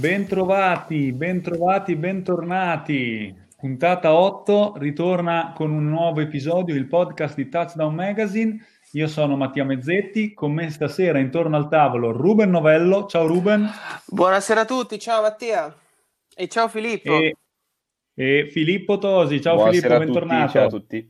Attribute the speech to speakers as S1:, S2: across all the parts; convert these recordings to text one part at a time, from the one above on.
S1: Bentrovati, bentornati. Puntata 8 ritorna con un nuovo episodio, il podcast di Touchdown Magazine. Io sono Mattia Mezzetti, con me stasera intorno al tavolo Ruben Novello. Ciao Ruben.
S2: Buonasera a tutti, ciao Mattia e ciao Filippo.
S1: E, e Filippo Tosi. Ciao Filippo,
S3: Buonasera a tutti, ciao a
S1: bentornato.
S3: tutti.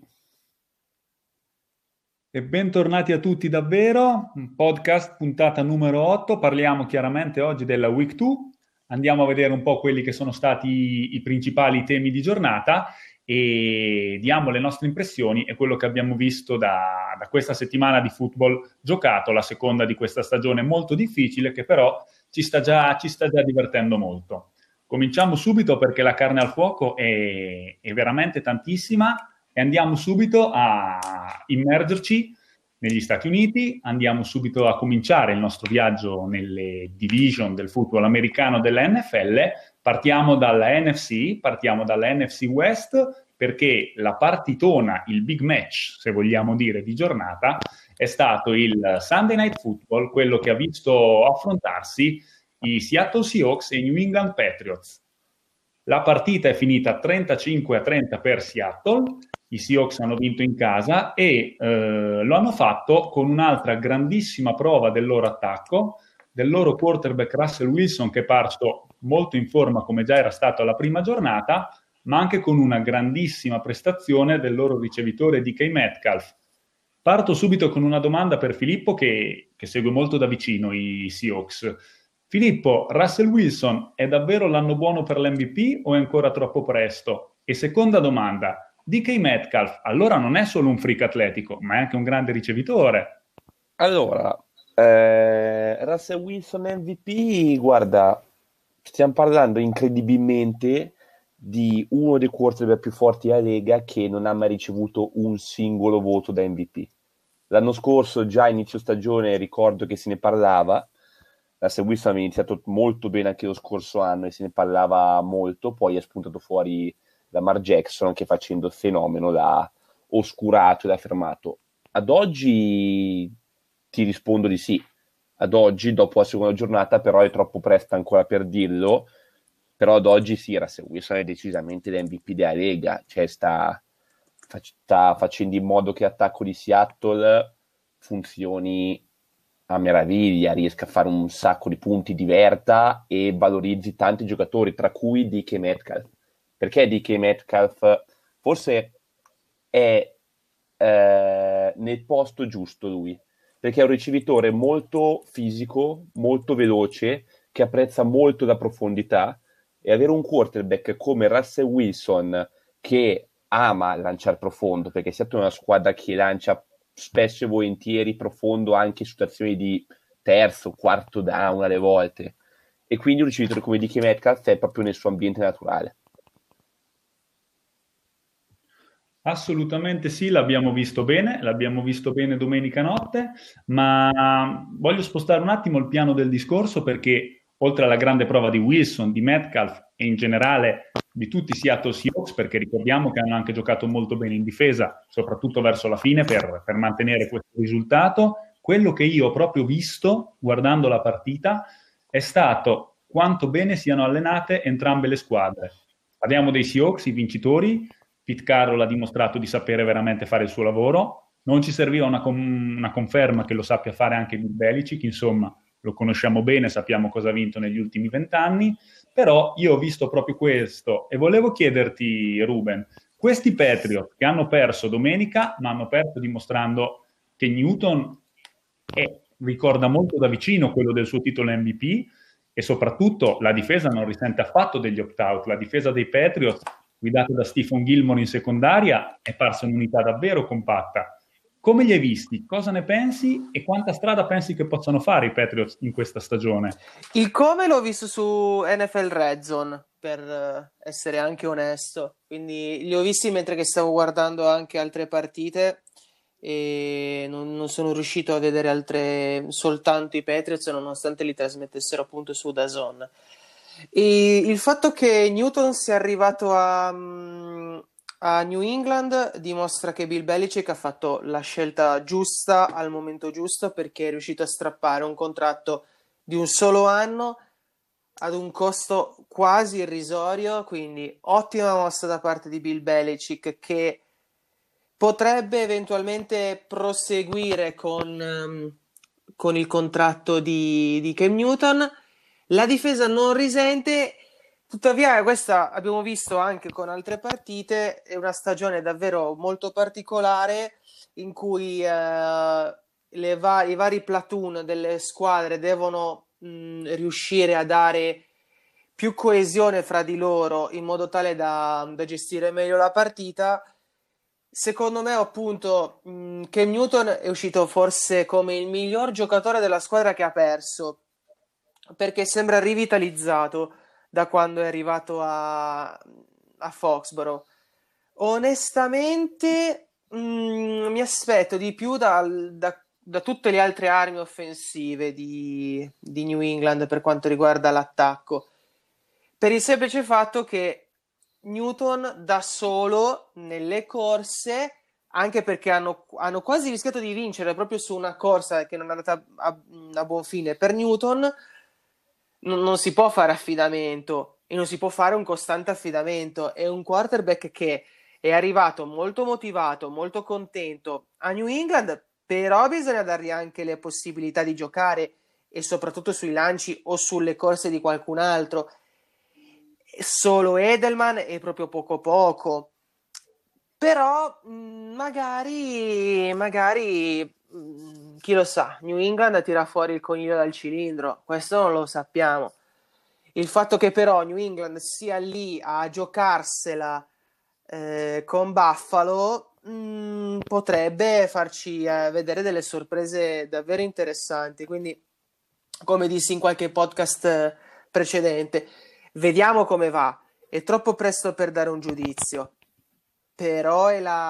S1: E bentornati a tutti davvero, un podcast puntata numero 8, parliamo chiaramente oggi della Week 2, andiamo a vedere un po' quelli che sono stati i principali temi di giornata e diamo le nostre impressioni e quello che abbiamo visto da questa settimana di football giocato, la seconda di questa stagione molto difficile che però ci sta già divertendo molto. Cominciamo subito perché la carne al fuoco è veramente tantissima e andiamo subito a immergerci negli Stati Uniti, andiamo subito a cominciare il nostro viaggio nelle division del football americano della NFL, partiamo dalla NFC West, perché la partitona, il big match, se vogliamo dire, di giornata, è stato il Sunday Night Football, quello che ha visto affrontarsi i Seattle Seahawks e i New England Patriots. La partita è finita 35-30 per Seattle, i Seahawks hanno vinto in casa e lo hanno fatto con un'altra grandissima prova del loro attacco, del loro quarterback Russell Wilson che è parso molto in forma come già era stato alla prima giornata, ma anche con una grandissima prestazione del loro ricevitore DK Metcalf. Parto subito con una domanda per Filippo che segue molto da vicino i Seahawks. Filippo, Russell Wilson è davvero l'anno buono per l'MVP o è ancora troppo presto? E seconda domanda, DK Metcalf allora non è solo un freak atletico, ma è anche un grande ricevitore?
S3: Allora, Russell Wilson MVP, guarda, stiamo parlando incredibilmente di uno dei quarterback più forti della Lega che non ha mai ricevuto un singolo voto da MVP. L'anno scorso, già a inizio stagione, ricordo che se ne parlava. Russell Wilson aveva iniziato molto bene anche lo scorso anno e se ne parlava molto, poi è spuntato fuori Lamar Jackson che facendo il fenomeno l'ha oscurato e l'ha fermato. Ad oggi ti rispondo di sì. Ad oggi, dopo la seconda giornata, però è troppo presto ancora per dirlo. Però ad oggi sì, Russell Wilson è decisamente l'MVP della Lega. Cioè sta facendo in modo che l'attacco di Seattle funzioni a meraviglia, riesca a fare un sacco di punti, diverta e valorizzi tanti giocatori, tra cui DK Metcalf. Perché DK Metcalf forse è nel posto giusto lui, perché è un ricevitore molto fisico, molto veloce, che apprezza molto la profondità, e avere un quarterback come Russell Wilson che ama lanciare profondo, perché siete una squadra che lancia spesso e volentieri profondo anche in situazioni di terzo, quarto down alle volte, e quindi un ricevitore come DK Metcalf è proprio nel suo ambiente naturale.
S1: Assolutamente sì, l'abbiamo visto bene domenica notte, ma voglio spostare un attimo il piano del discorso perché oltre alla grande prova di Wilson, di Metcalf e in generale di tutti i Seattle Seahawks, perché ricordiamo che hanno anche giocato molto bene in difesa, soprattutto verso la fine per mantenere questo risultato, quello che io ho proprio visto guardando la partita è stato quanto bene siano allenate entrambe le squadre. Parliamo dei Seahawks, i vincitori. Pete Carroll ha dimostrato di sapere veramente fare il suo lavoro. Non ci serviva una conferma che lo sappia fare anche Bill Belichick, insomma, lo conosciamo bene, sappiamo cosa ha vinto negli ultimi 20 anni, però io ho visto proprio questo e volevo chiederti, Ruben, questi Patriot che hanno perso domenica, ma hanno perso dimostrando che Newton ricorda molto da vicino quello del suo titolo MVP e soprattutto la difesa non risente affatto degli opt-out, la difesa dei Patriots guidato da Stephen Gilmore in secondaria, è parsa un'unità davvero compatta. Come li hai visti? Cosa ne pensi? E quanta strada pensi che possano fare i Patriots in questa stagione?
S2: Il come l'ho visto su NFL Red Zone, per essere anche onesto. Quindi li ho visti mentre che stavo guardando anche altre partite e non sono riuscito a vedere altre, soltanto i Patriots, nonostante li trasmettessero appunto su DAZN. E il fatto che Newton sia arrivato a New England dimostra che Bill Belichick ha fatto la scelta giusta al momento giusto, perché è riuscito a strappare un contratto di un solo anno ad un costo quasi irrisorio, quindi ottima mossa da parte di Bill Belichick, che potrebbe eventualmente proseguire con il contratto di Cam Newton. La difesa non risente, tuttavia questa abbiamo visto anche con altre partite, è una stagione davvero molto particolare in cui i vari platoon delle squadre devono riuscire a dare più coesione fra di loro in modo tale da gestire meglio la partita. Secondo me, appunto, Cam Newton è uscito forse come il miglior giocatore della squadra che ha perso, perché sembra rivitalizzato da quando è arrivato a Foxborough. Onestamente, mi aspetto di più da tutte le altre armi offensive di New England per quanto riguarda l'attacco, per il semplice fatto che Newton da solo nelle corse, anche perché hanno quasi rischiato di vincere proprio su una corsa che non è andata a buon fine per Newton, non si può fare affidamento e non si può fare un costante affidamento. È un quarterback che è arrivato molto motivato, molto contento a New England, però bisogna dargli anche le possibilità di giocare e soprattutto sui lanci o sulle corse di qualcun altro. Solo Edelman è proprio poco poco, però magari chi lo sa, New England tira fuori il coniglio dal cilindro, questo non lo sappiamo. Il fatto che però New England sia lì a giocarsela con Buffalo potrebbe farci vedere delle sorprese davvero interessanti, quindi come dissi in qualche podcast precedente, vediamo come va. È troppo presto per dare un giudizio, però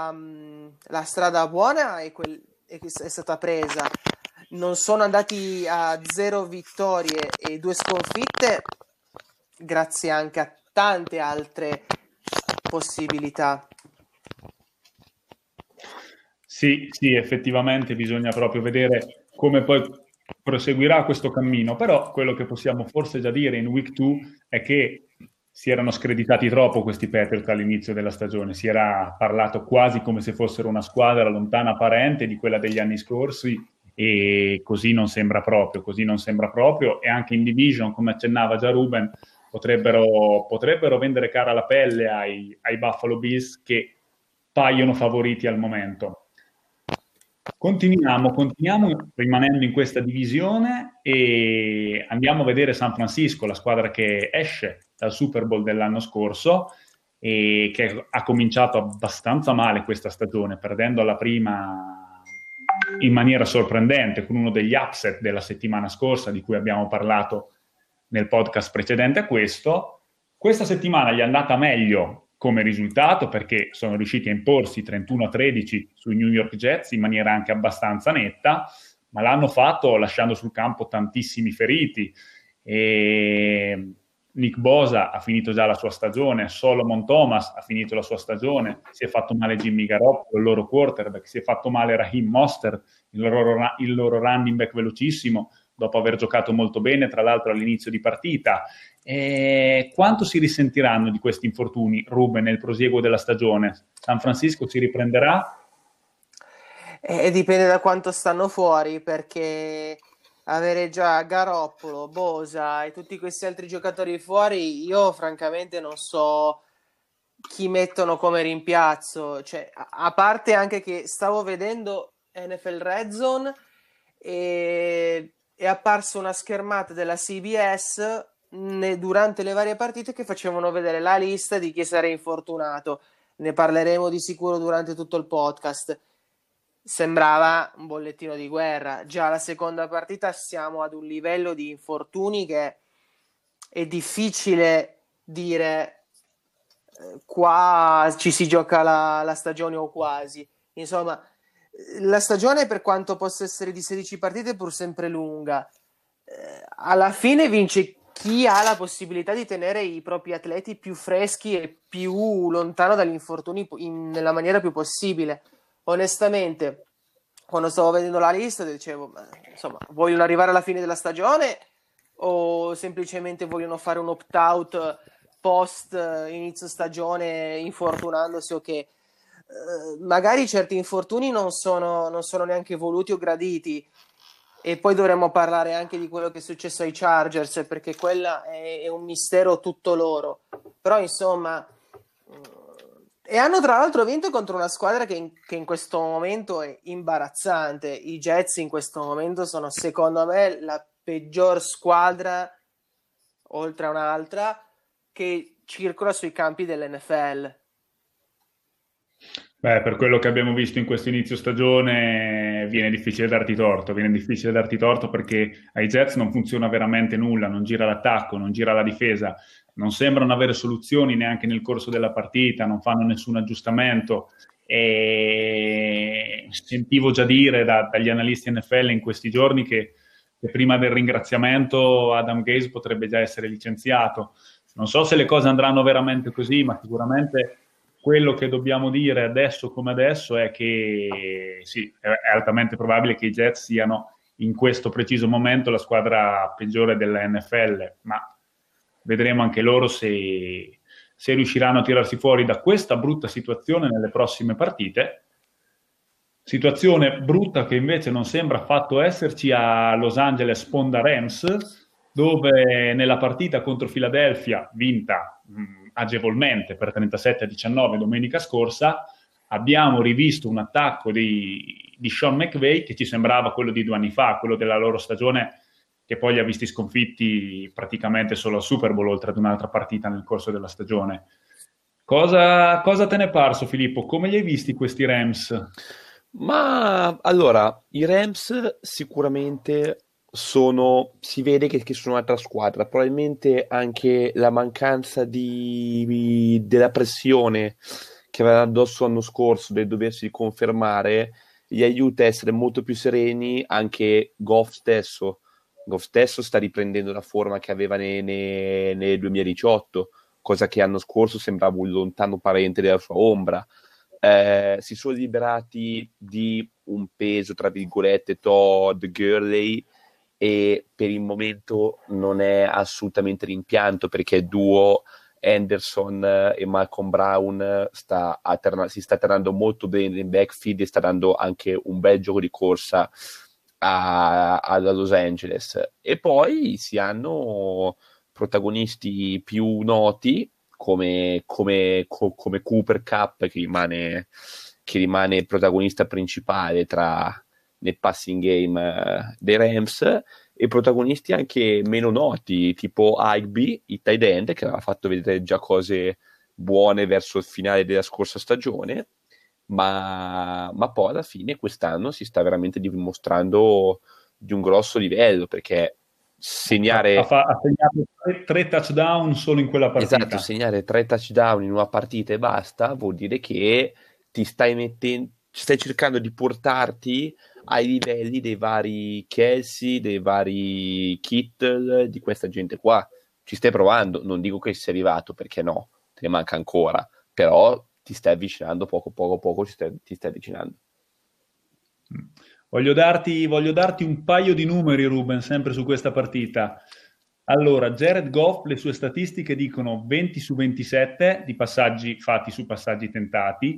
S2: la strada buona è stata presa. Non sono andati a 0 vittorie e 2 sconfitte, grazie anche a tante altre possibilità.
S1: Sì, sì, effettivamente bisogna proprio vedere come poi proseguirà questo cammino, però quello che possiamo forse già dire in week 2 è che si erano screditati troppo questi Patriots all'inizio della stagione, si era parlato quasi come se fossero una squadra lontana parente di quella degli anni scorsi e così non sembra proprio e anche in division, come accennava già Ruben, potrebbero vendere cara la pelle ai Buffalo Bills che paiono favoriti al momento. Continuiamo rimanendo in questa divisione e andiamo a vedere San Francisco, la squadra che esce dal Super Bowl dell'anno scorso e che ha cominciato abbastanza male questa stagione, perdendo alla prima in maniera sorprendente con uno degli upset della settimana scorsa di cui abbiamo parlato nel podcast precedente a questo. Questa settimana gli è andata meglio come risultato perché sono riusciti a imporsi 31-13 sui New York Jets in maniera anche abbastanza netta, ma l'hanno fatto lasciando sul campo tantissimi feriti. E Nick Bosa ha finito già la sua stagione, Solomon Thomas ha finito la sua stagione, si è fatto male Jimmy Garoppolo, il loro quarterback, si è fatto male Raheem Mostert, il loro running back velocissimo, dopo aver giocato molto bene, tra l'altro all'inizio di partita. Quanto si risentiranno di questi infortuni, Ruben, nel prosieguo della stagione? San Francisco si riprenderà?
S2: Dipende da quanto stanno fuori, perché avere già Garoppolo, Bosa e tutti questi altri giocatori fuori, io francamente non so chi mettono come rimpiazzo. Cioè, a parte anche che stavo vedendo NFL Red Zone e è apparsa una schermata della CBS durante le varie partite che facevano vedere la lista di chi sarà infortunato. Ne parleremo di sicuro durante tutto il podcast. Sembrava un bollettino di guerra. Già la seconda partita siamo ad un livello di infortuni che è difficile dire qua ci si gioca la stagione o quasi. Insomma, la stagione, per quanto possa essere di 16 partite, è pur sempre lunga. Alla fine vince chi ha la possibilità di tenere i propri atleti più freschi e più lontano dagli infortuni nella maniera più possibile. Onestamente, quando stavo vedendo la lista dicevo, insomma, vogliono arrivare alla fine della stagione o semplicemente vogliono fare un opt-out post inizio stagione infortunandosi o che magari certi infortuni non sono neanche voluti o graditi. E poi dovremmo parlare anche di quello che è successo ai Chargers, perché quella è un mistero tutto loro. Però insomma, e hanno tra l'altro vinto contro una squadra che in questo momento è imbarazzante. I Jets in questo momento sono, secondo me, la peggior squadra, oltre a un'altra, che circola sui campi dell'NFL.
S1: Beh, per quello che abbiamo visto in questo inizio stagione viene difficile darti torto perché ai Jets non funziona veramente nulla, non gira l'attacco, non gira la difesa, non sembrano avere soluzioni neanche nel corso della partita, non fanno nessun aggiustamento e sentivo già dire dagli analisti NFL in questi giorni che prima del ringraziamento Adam Gase potrebbe già essere licenziato. Non so se le cose andranno veramente così, ma sicuramente quello che dobbiamo dire adesso come adesso è che sì, è altamente probabile che i Jets siano in questo preciso momento la squadra peggiore della NFL, ma vedremo anche loro se riusciranno a tirarsi fuori da questa brutta situazione nelle prossime partite. Situazione brutta che invece non sembra affatto esserci a Los Angeles Sponda Rams, dove nella partita contro Philadelphia, vinta agevolmente per 37-19 domenica scorsa, abbiamo rivisto un attacco di Sean McVay che ci sembrava quello di 2 anni fa, quello della loro stagione che poi li ha visti sconfitti praticamente solo al Super Bowl, oltre ad un'altra partita nel corso della stagione. Cosa te ne è parso, Filippo? Come li hai visti questi Rams?
S3: Ma allora, i Rams sicuramente si vede che sono un'altra squadra, probabilmente anche la mancanza della pressione che avevano addosso l'anno scorso del doversi confermare gli aiuta a essere molto più sereni. Anche Goff stesso sta riprendendo la forma che aveva nel 2018, cosa che l'anno scorso sembrava un lontano parente della sua ombra. Si sono liberati di un peso, tra virgolette, Todd Gurley, e per il momento non è assolutamente rimpianto, perché il duo Henderson e Malcolm Brown si sta alternando molto bene in backfield e sta dando anche un bel gioco di corsa alla Los Angeles. E poi si hanno protagonisti più noti come Cooper Kupp, che rimane il protagonista principale nel passing game dei Rams, e protagonisti anche meno noti tipo Higbee, il tight end, che aveva fatto vedere già cose buone verso il finale della scorsa stagione, ma poi alla fine quest'anno si sta veramente dimostrando di un grosso livello, perché
S1: ha segnato 3 touchdown solo in quella partita.
S3: Esatto, segnare 3 touchdown in una partita e basta vuol dire che stai cercando di portarti ai livelli dei vari Kelsey, dei vari Kittle, di questa gente qua. Ci stai provando, non dico che sei arrivato, perché no, te ne manca ancora, però ti stai avvicinando poco ti stai avvicinando.
S1: Voglio darti un paio di numeri, Ruben, sempre su questa partita. Allora, Jared Goff, le sue statistiche dicono 20 su 27 di passaggi fatti su passaggi tentati,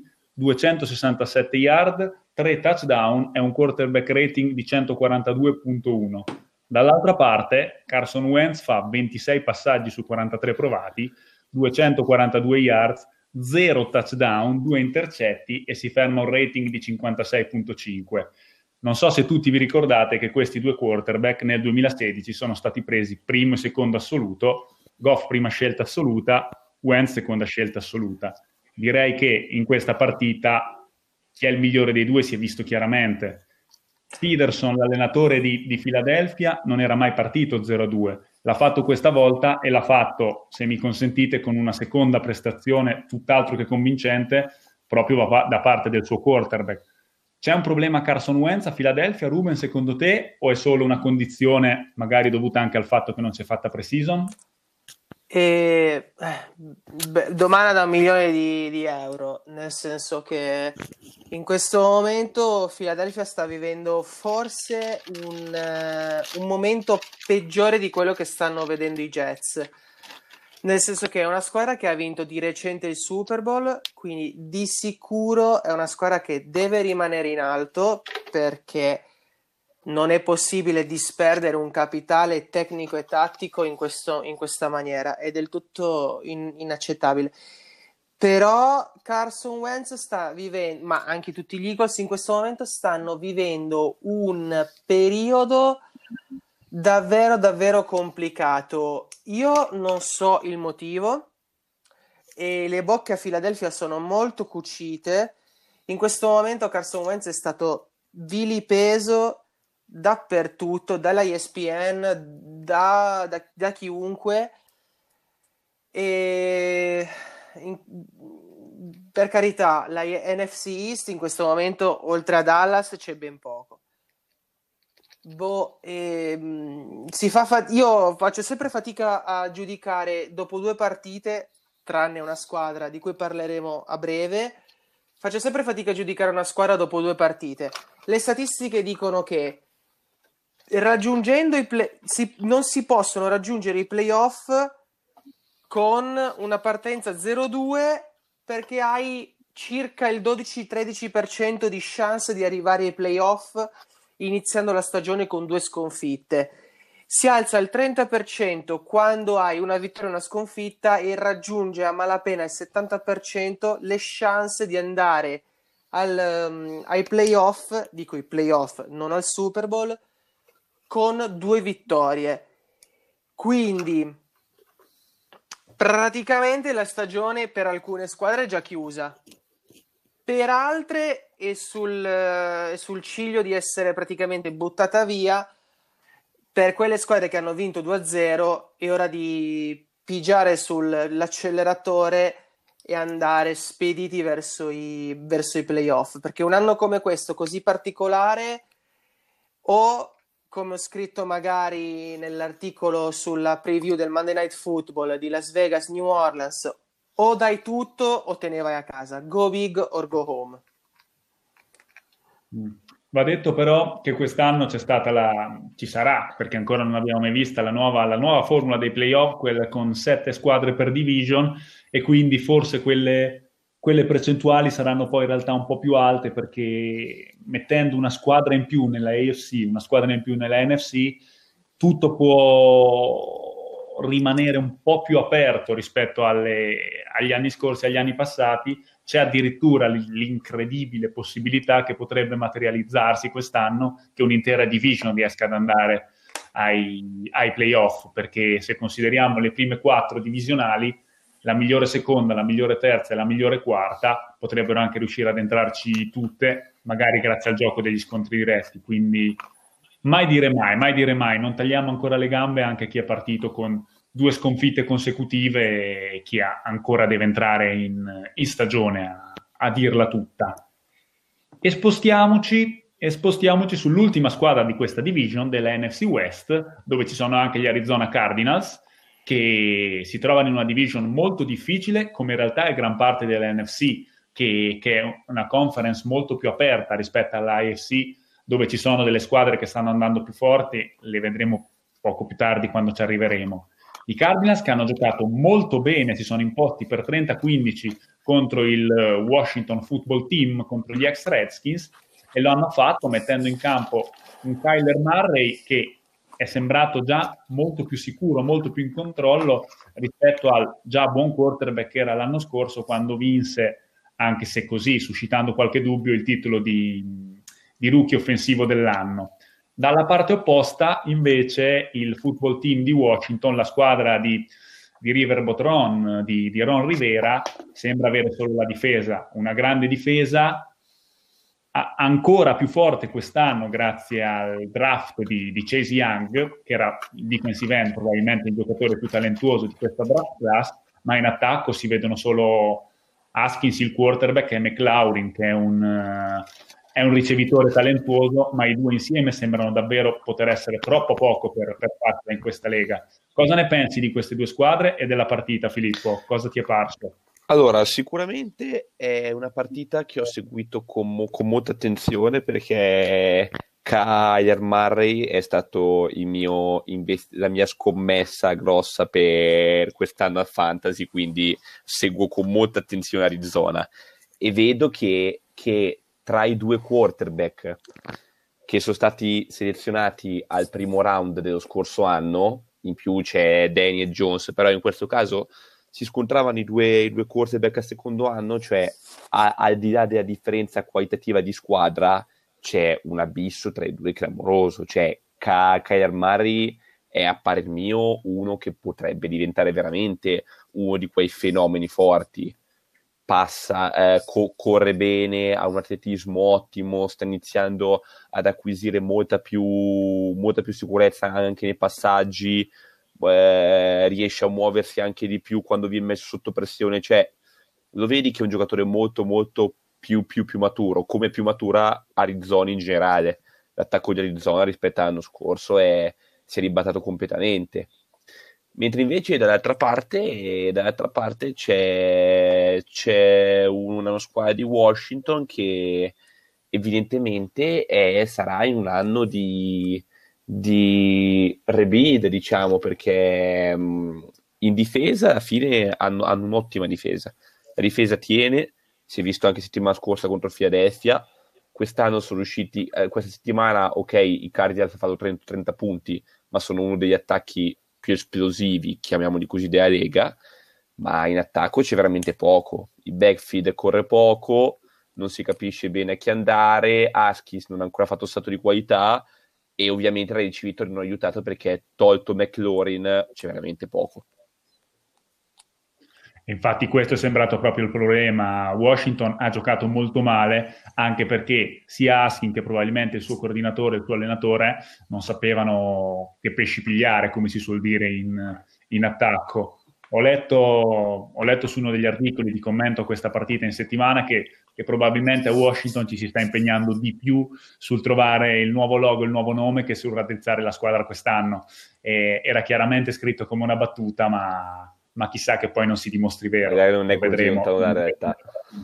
S1: 267 yard, 3 touchdown e un quarterback rating di 142.1. Dall'altra parte, Carson Wentz fa 26 passaggi su 43 provati, 242 yards, 0 touchdown, 2 intercetti e si ferma un rating di 56.5. Non so se tutti vi ricordate che questi due quarterback nel 2016 sono stati presi primo e secondo assoluto, Goff prima scelta assoluta, Wentz seconda scelta assoluta. Direi che in questa partita chi è il migliore dei due si è visto chiaramente. Peterson, l'allenatore di Philadelphia, non era mai partito 0-2. L'ha fatto questa volta e l'ha fatto, se mi consentite, con una seconda prestazione tutt'altro che convincente proprio da parte del suo quarterback. C'è un problema Carson Wentz a Philadelphia, Ruben, secondo te, o è solo una condizione magari dovuta anche al fatto che non si è fatta pre-season?
S2: Domanda da 1 milione di euro, nel senso che in questo momento Philadelphia sta vivendo forse un momento peggiore di quello che stanno vedendo i Jets, nel senso che è una squadra che ha vinto di recente il Super Bowl, quindi di sicuro è una squadra che deve rimanere in alto, perché non è possibile disperdere un capitale tecnico e tattico in questa maniera, è del tutto inaccettabile. Però Carson Wentz sta vivendo, ma anche tutti gli Eagles in questo momento stanno vivendo un periodo davvero davvero complicato. Io non so il motivo e le bocche a Philadelphia sono molto cucite. In questo momento Carson Wentz è stato vilipeso dappertutto, dalla ESPN, da chiunque, e per carità, la NFC East in questo momento oltre a Dallas c'è ben poco. Io faccio sempre fatica a giudicare dopo 2 partite, tranne una squadra di cui parleremo a breve. Faccio sempre fatica a giudicare una squadra dopo 2 partite. Le statistiche dicono che raggiungendo non si possono raggiungere i playoff con una partenza 0-2, perché hai circa il 12-13% di chance di arrivare ai playoff iniziando la stagione con 2 sconfitte. Si alza al 30% quando hai una vittoria e una sconfitta, e raggiunge a malapena il 70% le chance di andare ai playoff, dico i playoff, non al Super Bowl, con 2 vittorie. Quindi praticamente la stagione per alcune squadre è già chiusa, per altre è sul ciglio di essere praticamente buttata via. Per quelle squadre che hanno vinto 2-0 è ora di pigiare sull'acceleratore e andare spediti verso i playoff, perché un anno come questo, così particolare, o come ho scritto magari nell'articolo sulla preview del Monday Night Football di Las Vegas, New Orleans, o dai tutto o te ne vai a casa. Go big or go home.
S1: Va detto però che quest'anno ci sarà, perché ancora non abbiamo mai vista la nuova formula dei playoff, quella con 7 squadre per division, e quindi forse quelle percentuali saranno poi in realtà un po' più alte, perché mettendo una squadra in più nella AFC, una squadra in più nella NFC, tutto può rimanere un po' più aperto rispetto agli anni scorsi, agli anni passati. C'è addirittura l'incredibile possibilità che potrebbe materializzarsi quest'anno che un'intera division riesca ad andare ai playoff, perché se consideriamo le prime 4 divisionali, la migliore seconda, la migliore terza e la migliore quarta potrebbero anche riuscire ad entrarci tutte, magari grazie al gioco degli scontri diretti. Quindi mai dire mai, non tagliamo ancora le gambe anche a chi è partito con 2 sconfitte consecutive e chi ancora deve entrare in stagione a dirla tutta. E spostiamoci sull'ultima squadra di questa division, della NFC West, dove ci sono anche gli Arizona Cardinals, che si trovano in una division molto difficile, come in realtà è gran parte dell'NFC, che è una conference molto più aperta rispetto all'AFC, dove ci sono delle squadre che stanno andando più forti, le vedremo poco più tardi quando ci arriveremo. I Cardinals, che hanno giocato molto bene, si sono imposti per 30-15 contro il Washington Football Team, contro gli ex-Redskins, e lo hanno fatto mettendo in campo un Kyler Murray che è sembrato già molto più sicuro, molto più in controllo rispetto al già buon quarterback che era l'anno scorso, quando vinse, anche se così, suscitando qualche dubbio, il titolo di rookie offensivo dell'anno. Dalla parte opposta, invece, il football team di Washington, la squadra di Riverboat Ron, di Ron Rivera, sembra avere solo la difesa, una grande difesa, ancora più forte quest'anno grazie al draft di Chase Young, che era il defensive end, probabilmente il giocatore più talentuoso di questa draft class, ma in attacco si vedono solo Haskins, il quarterback, e McLaurin, che è un è un ricevitore talentuoso, ma i due insieme sembrano davvero poter essere troppo poco per farla in questa Lega. Cosa ne pensi di queste due squadre e della partita, Filippo? Cosa ti è parso?
S3: Allora, sicuramente è una partita che ho seguito con molta attenzione perché Kyler Murray è stato la mia scommessa grossa per quest'anno al Fantasy, quindi seguo con molta attenzione Arizona e vedo che tra i due quarterback che sono stati selezionati al primo round dello scorso anno, in più c'è Daniel Jones, però in questo caso si scontravano i due quarterback al secondo anno, cioè al di là della differenza qualitativa di squadra c'è un abisso tra i due clamoroso, cioè Kyler Murray è a parer mio uno che potrebbe diventare veramente uno di quei fenomeni forti, passa, corre bene, ha un atletismo ottimo, sta iniziando ad acquisire molta più sicurezza anche nei passaggi, riesce a muoversi anche di più quando viene messo sotto pressione, cioè lo vedi che è un giocatore molto molto più maturo, come più matura Arizona in generale. L'attacco di Arizona rispetto all'anno scorso si è ribattato completamente. Mentre invece dall'altra parte c'è una squadra di Washington che evidentemente sarà in un anno di rebuild, diciamo, perché in difesa alla fine hanno un'ottima difesa. La difesa tiene, si è visto anche settimana scorsa contro Philadelphia. Quest'anno sono riusciti, questa settimana, ok, i Cardinals hanno fatto 30 punti, ma sono uno degli attacchi più esplosivi, chiamiamoli così, della Lega, ma in attacco c'è veramente poco. Il backfield corre poco, non si capisce bene a chi andare, Haskins non ha ancora fatto stato di qualità e ovviamente la ricevitori non ha aiutato perché tolto McLaurin c'è veramente poco.
S1: Infatti questo è sembrato proprio il problema. Washington ha giocato molto male, anche perché sia Askin che probabilmente il suo coordinatore e il suo allenatore non sapevano che pesci pigliare, come si suol dire in attacco. Ho letto su uno degli articoli di commento a questa partita in settimana che probabilmente a Washington ci si sta impegnando di più sul trovare il nuovo logo, il nuovo nome, che sul raddrizzare la squadra quest'anno. Era chiaramente scritto come una battuta, ma chissà che poi non si dimostri vero.
S3: Magari non è
S1: Lo vedremo.
S3: la realtà.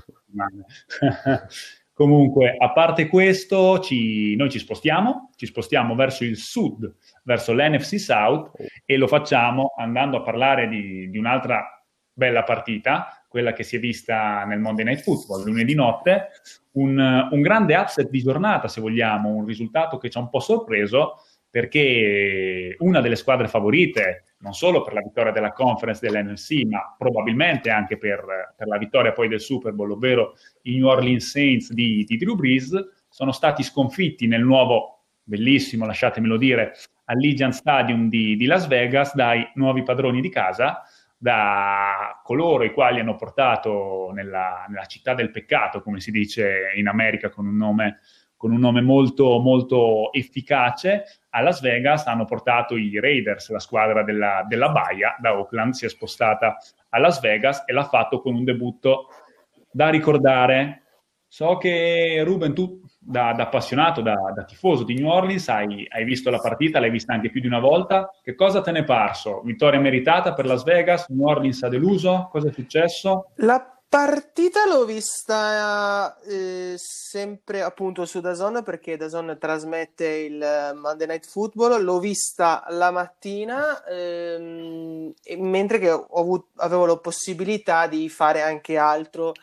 S1: Comunque, a parte questo, noi ci spostiamo verso il sud, verso l'NFC South, e lo facciamo andando a parlare di un'altra bella partita, quella che si è vista nel Monday Night Football, lunedì notte, un grande upset di giornata, se vogliamo, un risultato che ci ha un po' sorpreso, perché una delle squadre favorite, non solo per la vittoria della conference dell'NFC, ma probabilmente anche per la vittoria poi del Super Bowl, ovvero i New Orleans Saints di Drew Brees, sono stati sconfitti nel nuovo, bellissimo, lasciatemelo dire, Allegiant Stadium di Las Vegas dai nuovi padroni di casa, da coloro i quali hanno portato nella città del peccato, come si dice in America con un nome molto, molto efficace. A Las Vegas hanno portato i Raiders, la squadra della Baia, da Oakland si è spostata a Las Vegas e l'ha fatto con un debutto da ricordare. So che Ruben, tu da appassionato, da tifoso di New Orleans, hai visto la partita, l'hai vista anche più di una volta. Che cosa te ne è parso? Vittoria meritata per Las Vegas? New Orleans ha deluso? Cosa è successo?
S2: La partita l'ho vista sempre appunto su DAZN, perché DAZN trasmette il Monday Night Football. L'ho vista la mattina, mentre che avevo la possibilità di fare anche altro.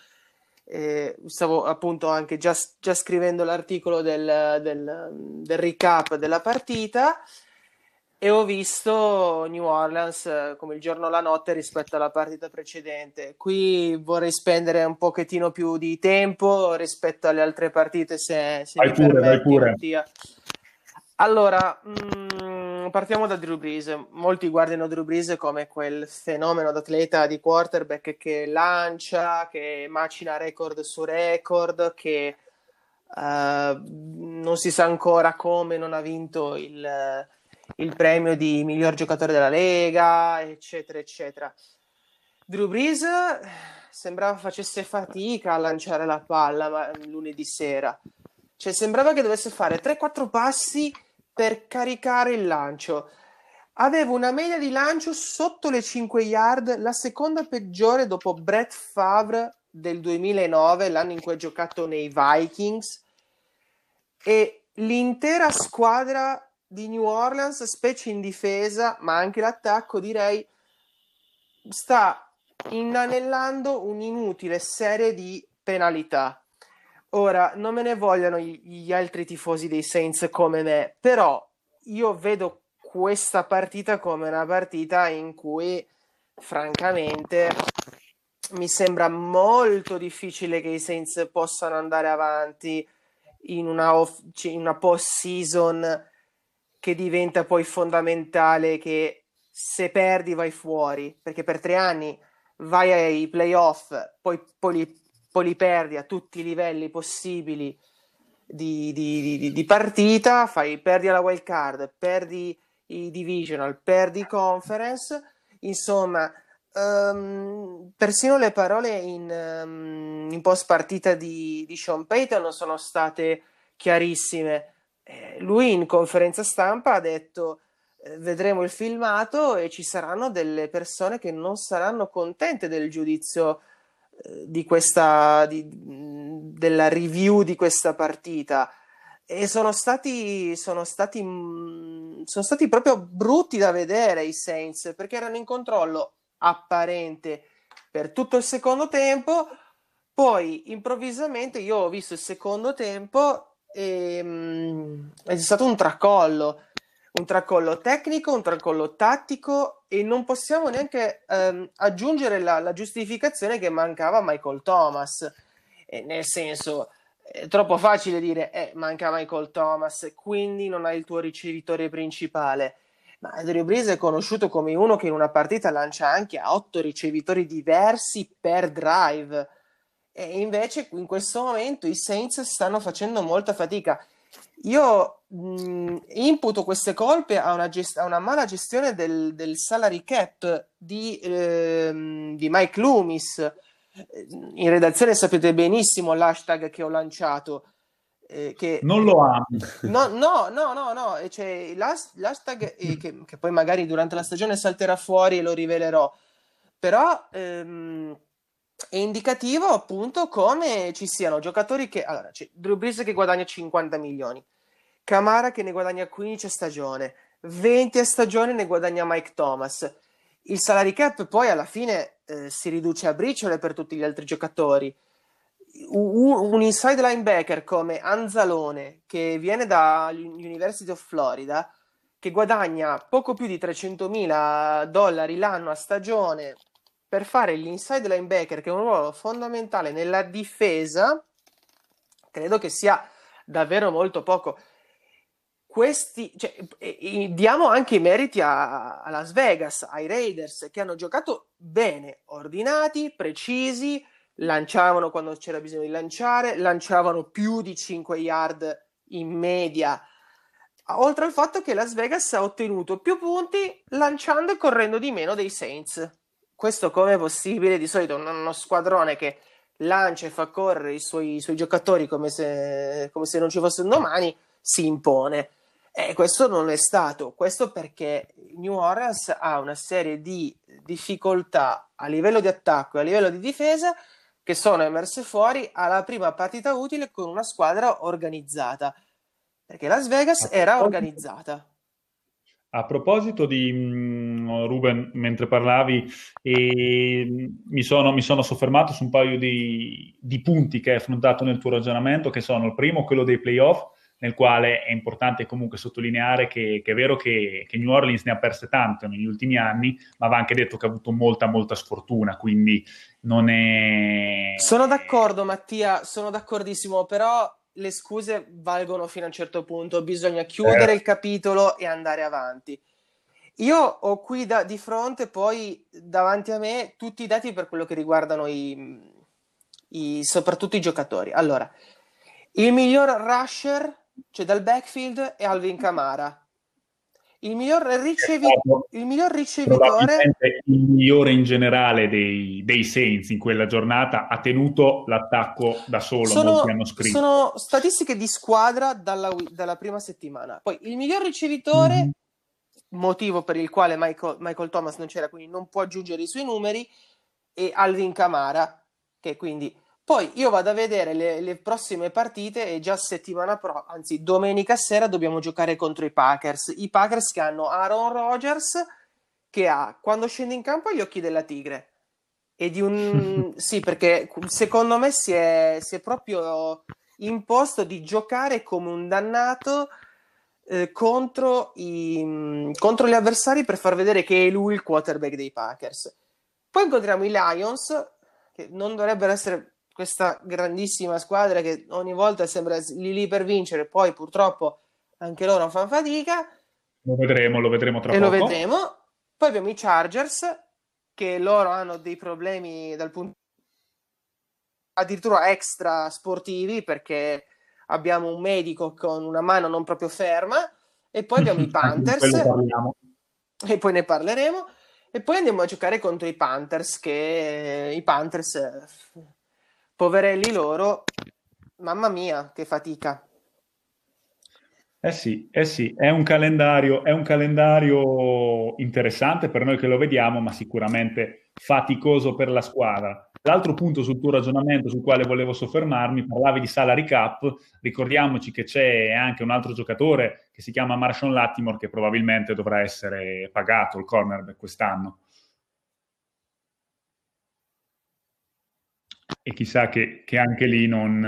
S2: Stavo appunto anche già scrivendo l'articolo del recap della partita e ho visto New Orleans come il giorno e la notte rispetto alla partita precedente. Qui vorrei spendere un pochettino più di tempo rispetto alle altre partite, se mi permetti,
S1: vai pure.
S2: Mattia. Allora, partiamo da Drew Brees. Molti guardano Drew Brees come quel fenomeno d'atleta di quarterback che lancia, che macina record su record, che non si sa ancora come non ha vinto il premio di miglior giocatore della Lega, eccetera, eccetera. Drew Brees sembrava facesse fatica a lanciare la palla lunedì sera. Cioè, sembrava che dovesse fare 3-4 passi per caricare il lancio. Aveva una media di lancio sotto le 5 yard, la seconda peggiore dopo Brett Favre del 2009, l'anno in cui ha giocato nei Vikings, e l'intera squadra di New Orleans, specie in difesa, ma anche l'attacco, direi, sta inanellando un'inutile serie di penalità. Ora, non me ne vogliono gli altri tifosi dei Saints come me, però io vedo questa partita come una partita in cui, francamente, mi sembra molto difficile che i Saints possano andare avanti in una post-season che diventa poi fondamentale, che se perdi vai fuori, perché per 3 anni vai ai playoff, poi li perdi a tutti i livelli possibili di partita, perdi alla wild card, perdi i divisional, perdi i conference, insomma, persino le parole in post partita di Sean Payton non sono state chiarissime. Lui in conferenza stampa ha detto: vedremo il filmato e ci saranno delle persone che non saranno contente del giudizio della review di questa partita, e sono stati proprio brutti da vedere i Saints, perché erano in controllo apparente per tutto il secondo tempo. Poi improvvisamente io ho visto il secondo tempo e è stato un tracollo tecnico, un tracollo tattico, e non possiamo neanche aggiungere la giustificazione che mancava Michael Thomas. Nel senso, è troppo facile dire manca Michael Thomas, quindi non hai il tuo ricevitore principale. Ma Drew Brees è conosciuto come uno che in una partita lancia anche a 8 ricevitori diversi per drive, e invece in questo momento i Saints stanno facendo molta fatica. Io imputo queste colpe a una mala gestione del salary cap di Mike Loomis. In redazione sapete benissimo l'hashtag che ho lanciato, che
S1: Non lo amo.
S2: no, cioè, l'hashtag che poi magari durante la stagione salterà fuori e lo rivelerò, però è indicativo appunto come ci siano giocatori che... Allora, c'è Drew Brees che guadagna 50 milioni, Kamara che ne guadagna 15 a stagione, 20 a stagione ne guadagna Mike Thomas. Il salary cap poi alla fine si riduce a briciole per tutti gli altri giocatori. Un inside linebacker come Anzalone, che viene dall'University of Florida, che guadagna poco più di $300.000 l'anno a stagione per fare l'inside linebacker, che è un ruolo fondamentale nella difesa, credo che sia davvero molto poco. Diamo anche i meriti a Las Vegas, ai Raiders, che hanno giocato bene, ordinati, precisi, lanciavano quando c'era bisogno di lanciare, lanciavano più di 5 yard in media, oltre al fatto che Las Vegas ha ottenuto più punti lanciando e correndo di meno dei Saints. Questo come è possibile? Di solito uno squadrone che lancia e fa correre i suoi giocatori come se non ci fosse un domani si impone. E questo non è stato. Questo perché New Orleans ha una serie di difficoltà a livello di attacco e a livello di difesa che sono emerse fuori alla prima partita utile con una squadra organizzata, perché Las Vegas era organizzata.
S1: A proposito di Ruben, mentre parlavi, mi sono soffermato su un paio di punti che hai affrontato nel tuo ragionamento, che sono il primo, quello dei playoff, nel quale è importante comunque sottolineare che è vero che New Orleans ne ha perse tante negli ultimi anni, ma va anche detto che ha avuto molta sfortuna, quindi non è...
S2: Sono d'accordo, Mattia, sono d'accordissimo, però le scuse valgono fino a un certo punto, bisogna chiudere il capitolo e andare avanti. Io ho qui di fronte poi davanti a me tutti i dati per quello che riguardano soprattutto i giocatori. Allora, il miglior rusher, cioè dal backfield, è Alvin Kamara. Il miglior,
S1: È stato
S2: il miglior ricevitore
S1: probabilmente il migliore in generale dei Saints in quella giornata, ha tenuto l'attacco da solo, molti hanno scritto.
S2: sono statistiche di squadra dalla prima settimana. Poi il miglior ricevitore,
S1: Mhm.
S2: motivo per il quale Michael Thomas non c'era, quindi non può aggiungere i suoi numeri, e Alvin Kamara, che quindi... Poi io vado a vedere le prossime partite e già anzi domenica sera dobbiamo giocare contro i Packers. I Packers che hanno Aaron Rodgers, che ha, quando scende in campo, gli occhi della tigre. E di un... Sì, perché secondo me si è proprio imposto di giocare come un dannato contro gli avversari per far vedere che è lui il quarterback dei Packers. Poi incontriamo i Lions, che non dovrebbero essere questa grandissima squadra che ogni volta sembra lì per vincere, poi purtroppo anche loro fanno fatica
S1: Lo vedremo tra
S2: e lo
S1: poco.
S2: vedremo. Poi abbiamo i Chargers, che loro hanno dei problemi dal punto addirittura extra sportivi, perché abbiamo un medico con una mano non proprio ferma, e poi abbiamo i
S1: Anche di
S2: Panthers,
S1: quello parliamo.
S2: e poi ne parleremo, e poi andiamo a giocare contro i Panthers, che i Panthers, poverelli loro, mamma mia, che fatica.
S1: Eh sì, è un calendario interessante per noi che lo vediamo, ma sicuramente faticoso per la squadra. L'altro punto sul tuo ragionamento sul quale volevo soffermarmi, parlavi di salary cap, ricordiamoci che c'è anche un altro giocatore che si chiama Marshawn Lattimore che probabilmente dovrà essere pagato, il cornerback quest'anno. E chissà che anche lì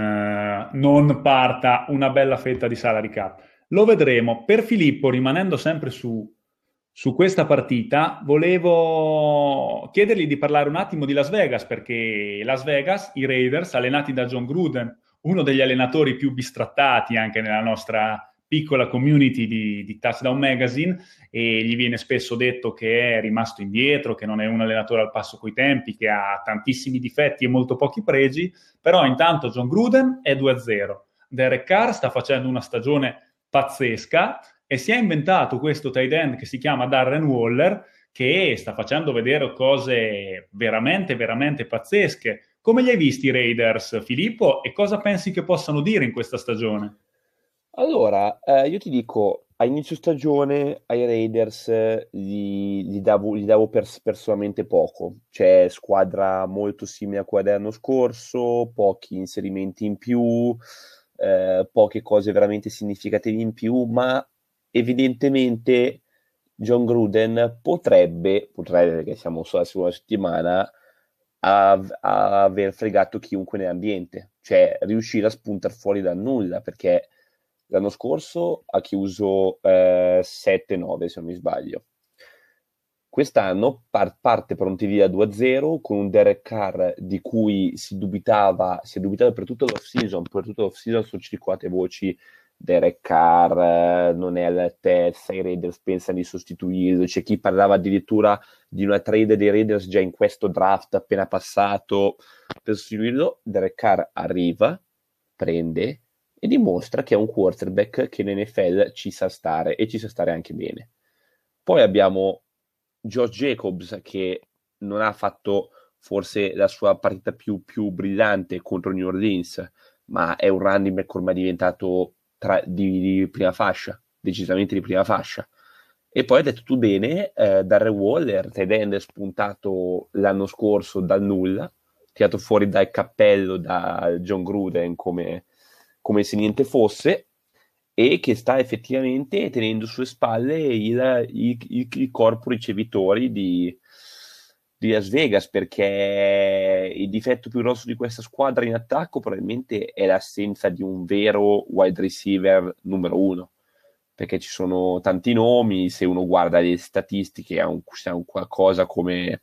S1: non parta una bella fetta di salary cap. Lo vedremo. Per Filippo, rimanendo sempre su questa partita, volevo chiedergli di parlare un attimo di Las Vegas, perché Las Vegas, i Raiders, allenati da John Gruden, uno degli allenatori più bistrattati anche nella nostra piccola community di Touchdown Magazine, e gli viene spesso detto che è rimasto indietro, che non è un allenatore al passo coi tempi, che ha tantissimi difetti e molto pochi pregi, però intanto John Gruden è 2-0. Derek Carr sta facendo una stagione pazzesca e si è inventato questo tight end che si chiama Darren Waller, che sta facendo vedere cose veramente, veramente pazzesche. Come li hai visti i Raiders, Filippo, e cosa pensi che possano dire in questa stagione?
S3: Allora, io ti dico, a inizio stagione ai Raiders gli davo personalmente poco, cioè squadra molto simile a quella dell'anno scorso, pochi inserimenti in più, poche cose veramente significative in più, ma evidentemente John Gruden potrebbe, perché siamo solo alla seconda settimana, a aver fregato chiunque nell'ambiente, cioè riuscire a spuntare fuori dal nulla, perché l'anno scorso ha chiuso 7-9 se non mi sbaglio. Quest'anno parte pronti via 2-0 con un Derek Carr di cui si è dubitava per tutto l'off-season, sono circolate voci Derek Carr non è all'altezza, i Raiders pensano di sostituirlo, c'è chi parlava addirittura di una trade dei Raiders già in questo draft appena passato per sostituirlo. Derek Carr arriva, prende e dimostra che è un quarterback che in NFL ci sa stare e ci sa stare anche bene. Poi abbiamo Josh Jacobs che non ha fatto forse la sua partita più brillante contro New Orleans, ma è un running back ormai diventato di prima fascia, decisamente di prima fascia. E poi hai detto tu bene, Darren Waller, tight end spuntato l'anno scorso dal nulla, tirato fuori dal cappello da John Gruden come se niente fosse, e che sta effettivamente tenendo sulle spalle il corpo ricevitori di Las Vegas, perché il difetto più grosso di questa squadra in attacco probabilmente è l'assenza di un vero wide receiver numero uno, perché ci sono tanti nomi, se uno guarda le statistiche ha un qualcosa come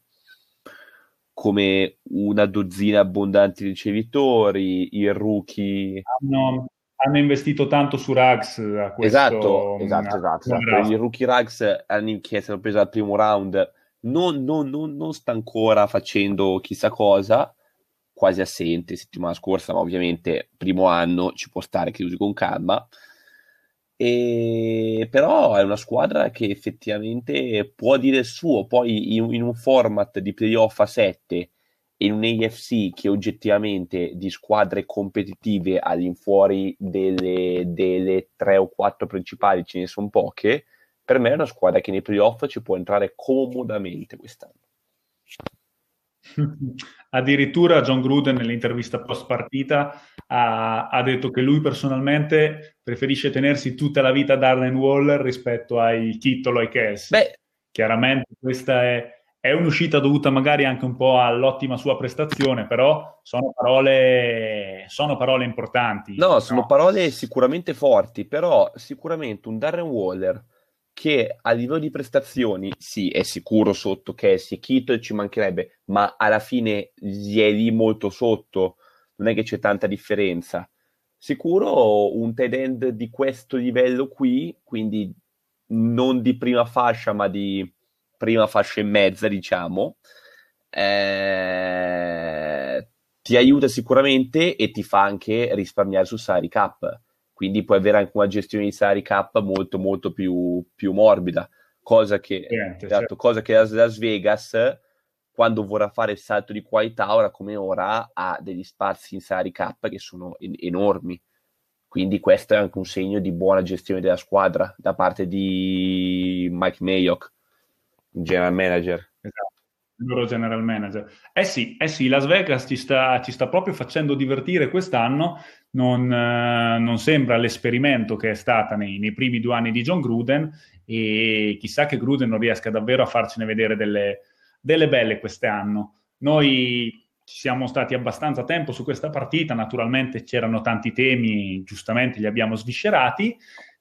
S3: una dozzina abbondanti di ricevitori, il rookie.
S1: Hanno investito tanto su Ruggs a
S3: Esatto.
S1: nuovo
S3: Il
S1: draft.
S3: rookie Ruggs che è stato preso al primo round non sta ancora facendo chissà cosa, quasi assente settimana scorsa, ma ovviamente primo anno ci può stare che usi con calma. Però è una squadra che effettivamente può dire il suo. Poi in un format di playoff a 7, in un AFC che oggettivamente di squadre competitive all'infuori delle 3 o 4 principali ce ne sono poche, per me è una squadra che nei playoff ci può entrare comodamente quest'anno.
S1: Addirittura John Gruden nell'intervista post partita ha detto che lui personalmente preferisce tenersi tutta la vita Darren Waller rispetto ai Kittle o ai Kelsey.
S3: Beh,
S1: Chiaramente questa è un'uscita dovuta magari anche un po' all'ottima sua prestazione, però sono parole importanti,
S3: no, sono
S1: no?
S3: parole sicuramente forti, però sicuramente un Darren Waller che a livello di prestazioni, sì, è sicuro sotto Kelsey e Kittle, ci mancherebbe, ma alla fine gli è lì molto sotto, non è che c'è tanta differenza. Sicuro un tight end di questo livello qui, quindi non di prima fascia, ma di prima fascia e mezza, diciamo, ti aiuta sicuramente e ti fa anche risparmiare su salary cap, quindi puoi avere anche una gestione di salary cap molto molto più morbida, cosa che,
S1: Certo.
S3: cosa che Las Vegas, quando vorrà fare il salto di qualità, ora come ora ha degli spazi in salary cap che sono enormi, quindi questo è anche un segno di buona gestione della squadra da parte di Mike Mayock, il general manager.
S1: Esatto, il loro general manager. Sì, Las Vegas ci sta proprio facendo divertire quest'anno. Non sembra l'esperimento che è stata nei primi 2 anni di John Gruden, e chissà che Gruden non riesca davvero a farcene vedere delle belle quest'anno. Noi ci siamo stati abbastanza tempo su questa partita, naturalmente c'erano tanti temi, giustamente li abbiamo sviscerati,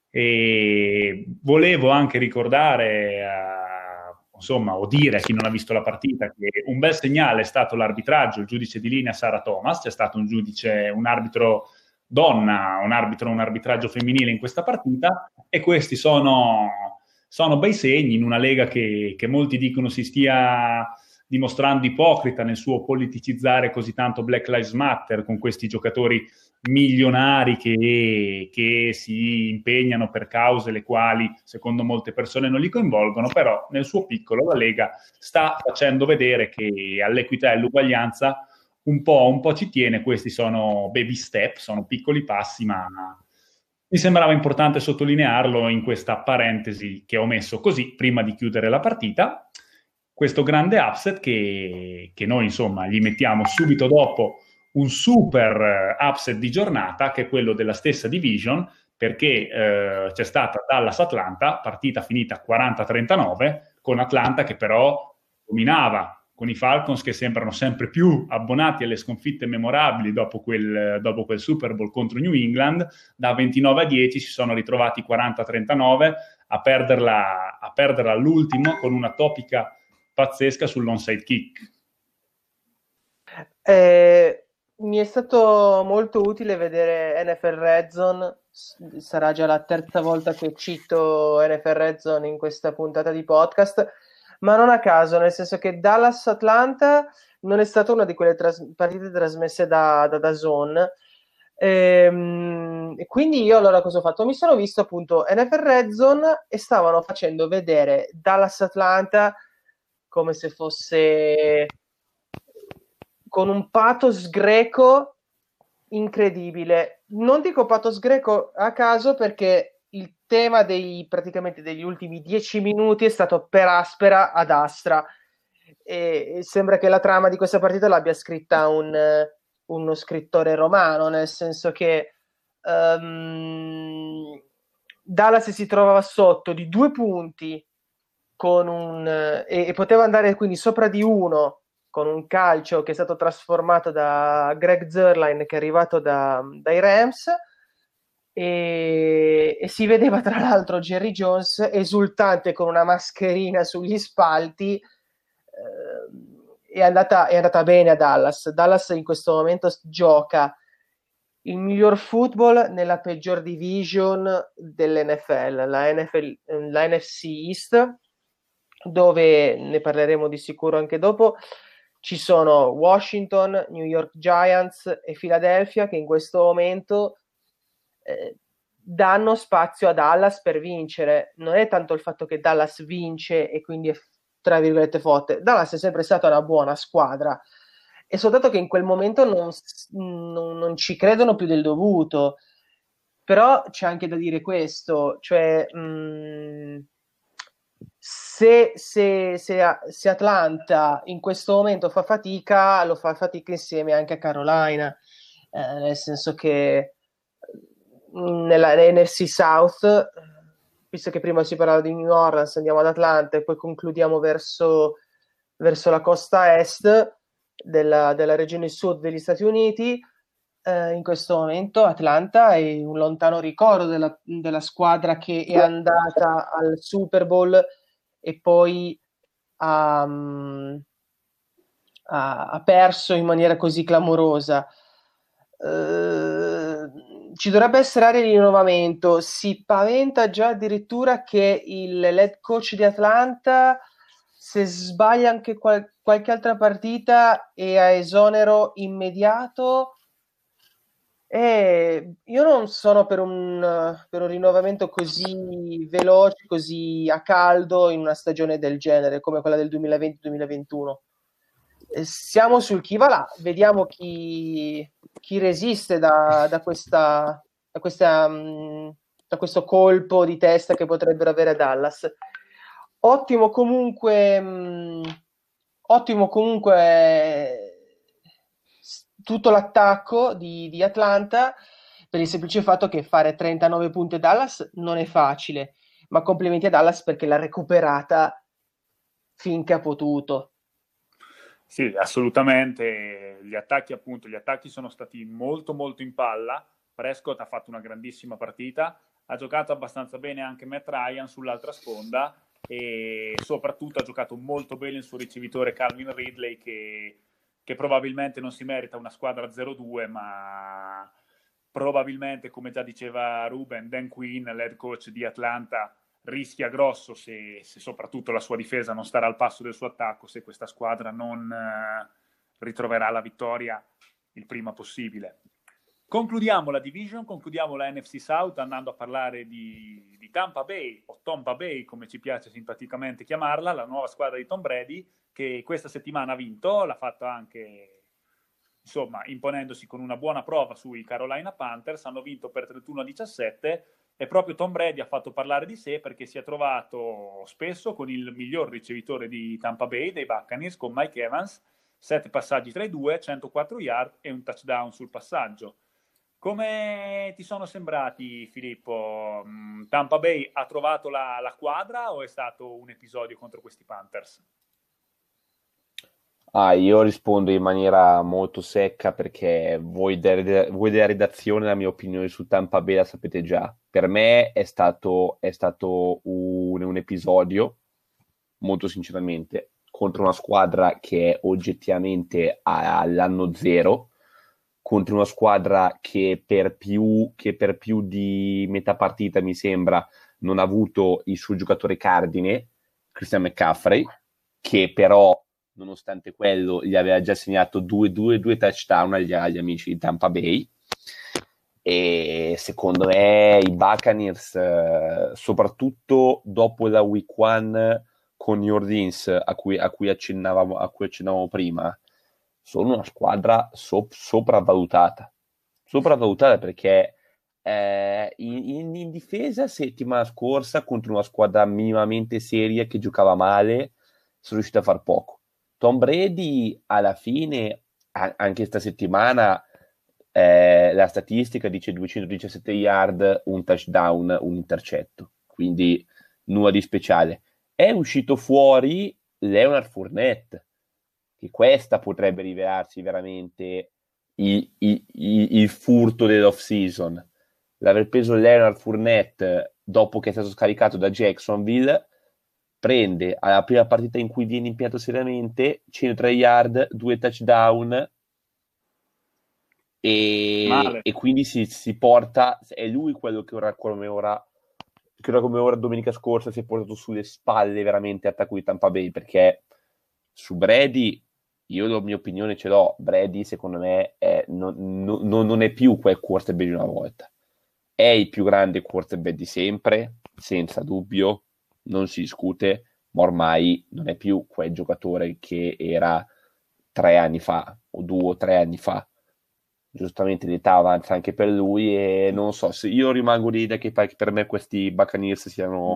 S1: e volevo anche ricordare, insomma, o dire a chi non ha visto la partita, che un bel segnale è stato l'arbitraggio, il giudice di linea Sara Thomas, c'è stato un arbitro donna, un arbitraggio femminile in questa partita, e questi sono bei segni in una lega che molti dicono si stia dimostrando ipocrita nel suo politicizzare così tanto Black Lives Matter, con questi giocatori milionari che si impegnano per cause le quali secondo molte persone non li coinvolgono, però nel suo piccolo la Lega sta facendo vedere che all'equità e all'uguaglianza un po' ci tiene. Questi sono baby step, sono piccoli passi, ma mi sembrava importante sottolinearlo in questa parentesi che ho messo così prima di chiudere la partita. Questo grande upset che noi insomma gli mettiamo subito dopo un super upset di giornata, che è quello della stessa division, perché c'è stata Dallas-Atlanta, partita finita 40-39, con Atlanta che però dominava, con i Falcons che sembrano sempre più abbonati alle sconfitte memorabili dopo quel Super Bowl contro New England. Da 29-10 si sono ritrovati 40-39 a perderla all'ultimo con una topica pazzesca sull'onside kick.
S2: Mi è stato molto utile vedere NFL Red Zone, sarà già la terza volta che cito NFL Red Zone in questa puntata di podcast, ma non a caso, nel senso che Dallas-Atlanta non è stata una di quelle partite trasmesse da DAZN, e quindi io allora cosa ho fatto? Mi sono visto appunto NFL Red Zone e stavano facendo vedere Dallas-Atlanta come se fosse con un pathos greco incredibile. Non dico pathos greco a caso, perché il tema praticamente degli ultimi 10 minuti è stato per aspera ad astra, e sembra che la trama di questa partita l'abbia scritta uno scrittore romano, nel senso che Dallas si trovava sotto di 2 punti e poteva andare quindi sopra di 1 con un calcio che è stato trasformato da Greg Zuerlein, che è arrivato dai Rams, e si vedeva tra l'altro Jerry Jones esultante con una mascherina sugli spalti. È andata bene a Dallas. Dallas in questo momento gioca il miglior football nella peggior division dell'NFL, la NFC East, dove ne parleremo di sicuro anche dopo. Ci sono Washington, New York Giants e Philadelphia, che in questo momento danno spazio a Dallas per vincere. Non è tanto il fatto che Dallas vince e quindi è, tra virgolette, forte. Dallas è sempre stata una buona squadra, è soltanto che in quel momento non ci credono più del dovuto. Però c'è anche da dire questo, cioè se Atlanta in questo momento fa fatica, lo fa fatica insieme anche a Carolina, nel senso che nella NFC South, visto che prima si parlava di New Orleans, andiamo ad Atlanta e poi concludiamo verso la costa est della regione sud degli Stati Uniti. In questo momento Atlanta è un lontano ricordo della squadra che è andata al Super Bowl e poi ha perso in maniera così clamorosa. Ci dovrebbe essere area di rinnovamento. Si paventa già addirittura che l'head coach di Atlanta, se sbaglia anche qualche altra partita, è a esonero immediato. Io non sono per un rinnovamento così veloce, così a caldo in una stagione del genere come quella del 2020-2021. Siamo sul chi va là, vediamo chi resiste da questo colpo di testa che potrebbero avere a Dallas. Ottimo comunque tutto l'attacco di Atlanta, per il semplice fatto che fare 39 punti a Dallas non è facile, ma complimenti a Dallas perché l'ha recuperata finché ha potuto.
S1: Sì, assolutamente. Gli attacchi sono stati molto molto in palla. Prescott ha fatto una grandissima partita, ha giocato abbastanza bene anche Matt Ryan sull'altra sponda e soprattutto ha giocato molto bene il suo ricevitore Calvin Ridley che probabilmente non si merita una squadra 0-2, ma probabilmente, come già diceva Ruben, Dan Quinn, l'head coach di Atlanta, rischia grosso se soprattutto la sua difesa non starà al passo del suo attacco, se questa squadra non ritroverà la vittoria il prima possibile. Concludiamo la division, concludiamo la NFC South andando a parlare di Tampa Bay, o Tompa Bay come ci piace simpaticamente chiamarla, la nuova squadra di Tom Brady, che questa settimana ha vinto, l'ha fatta anche insomma imponendosi con una buona prova sui Carolina Panthers, hanno vinto per 31-17 e proprio Tom Brady ha fatto parlare di sé perché si è trovato spesso con il miglior ricevitore di Tampa Bay, dei Buccaneers, con Mike Evans, 7 passaggi tra i due, 104 yard e un touchdown sul passaggio. Come ti sono sembrati, Filippo? Tampa Bay ha trovato la quadra o è stato un episodio contro questi Panthers?
S3: Io rispondo in maniera molto secca perché voi della redazione la mia opinione su Tampa Bay la sapete già. Per me è stato un episodio, molto sinceramente, contro una squadra che è oggettivamente all'anno zero, contro una squadra che per più di metà partita, mi sembra, non ha avuto il suo giocatore cardine, Christian McCaffrey, che però nonostante quello gli aveva già segnato due touchdown agli amici di Tampa Bay. E secondo me i Buccaneers, soprattutto dopo la week 1 con New Orleans a cui accennavamo prima, sono una squadra sopravvalutata perché in difesa settimana scorsa contro una squadra minimamente seria che giocava male sono riusciti a far poco. Tom Brady alla fine, anche questa settimana, la statistica dice 217 yard, un touchdown, un intercetto, quindi nulla di speciale. È uscito fuori Leonard Fournette, che questa potrebbe rivelarsi veramente il furto dell'off season. L'aver preso Leonard Fournette dopo che è stato scaricato da Jacksonville, prende alla prima partita in cui viene impiegato seriamente 103 yard, 2 touchdown e quindi si porta, è lui quello che ora come ora domenica scorsa si è portato sulle spalle veramente attacco di Tampa Bay, perché su Brady io la mia opinione ce l'ho. Brady secondo me non è più quel quarterback di una volta, è il più grande quarterback di sempre, senza dubbio, non si discute, ma ormai non è più quel giocatore che era 3 anni fa o 2 o 3 anni fa. Giustamente l'età avanza anche per lui e non so, se io rimango l'idea che per me questi Buccaneers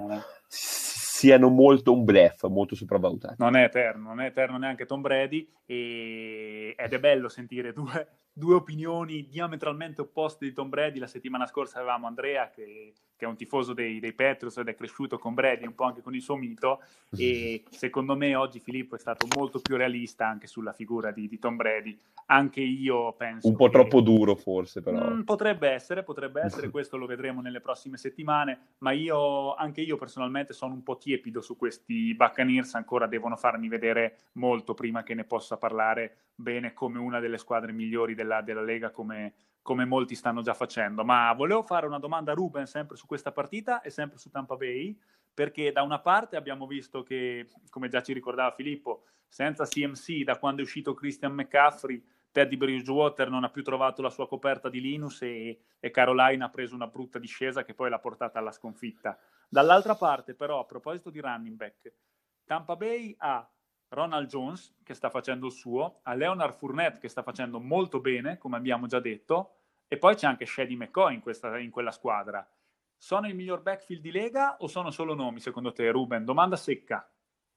S3: siano molto un bluff, molto sopravvalutati.
S1: Non è eterno neanche Tom Brady ed è bello sentire due opinioni diametralmente opposte di Tom Brady. La settimana scorsa avevamo Andrea che è un tifoso dei Patriots ed è cresciuto con Brady, un po' anche con il suo mito, e secondo me oggi Filippo è stato molto più realista anche sulla figura di Tom Brady. Anche io penso
S3: un po' troppo duro forse, però
S1: potrebbe essere, questo lo vedremo nelle prossime settimane, ma anche io personalmente sono un po' tiepido su questi Buccaneers, ancora devono farmi vedere molto prima che ne possa parlare bene come una delle squadre migliori della Lega, come molti stanno già facendo. Ma volevo fare una domanda a Ruben sempre su questa partita e sempre su Tampa Bay, perché da una parte abbiamo visto che, come già ci ricordava Filippo, senza CMC, da quando è uscito Christian McCaffrey, Teddy Bridgewater non ha più trovato la sua coperta di Linus e Carolina ha preso una brutta discesa che poi l'ha portata alla sconfitta. Dall'altra parte, però, a proposito di running back, Tampa Bay ha Ronald Jones che sta facendo il suo, ha Leonard Fournette che sta facendo molto bene, come abbiamo già detto, e poi c'è anche Shady McCoy in quella squadra. Sono il miglior backfield di Lega o sono solo nomi, secondo te, Ruben? Domanda secca.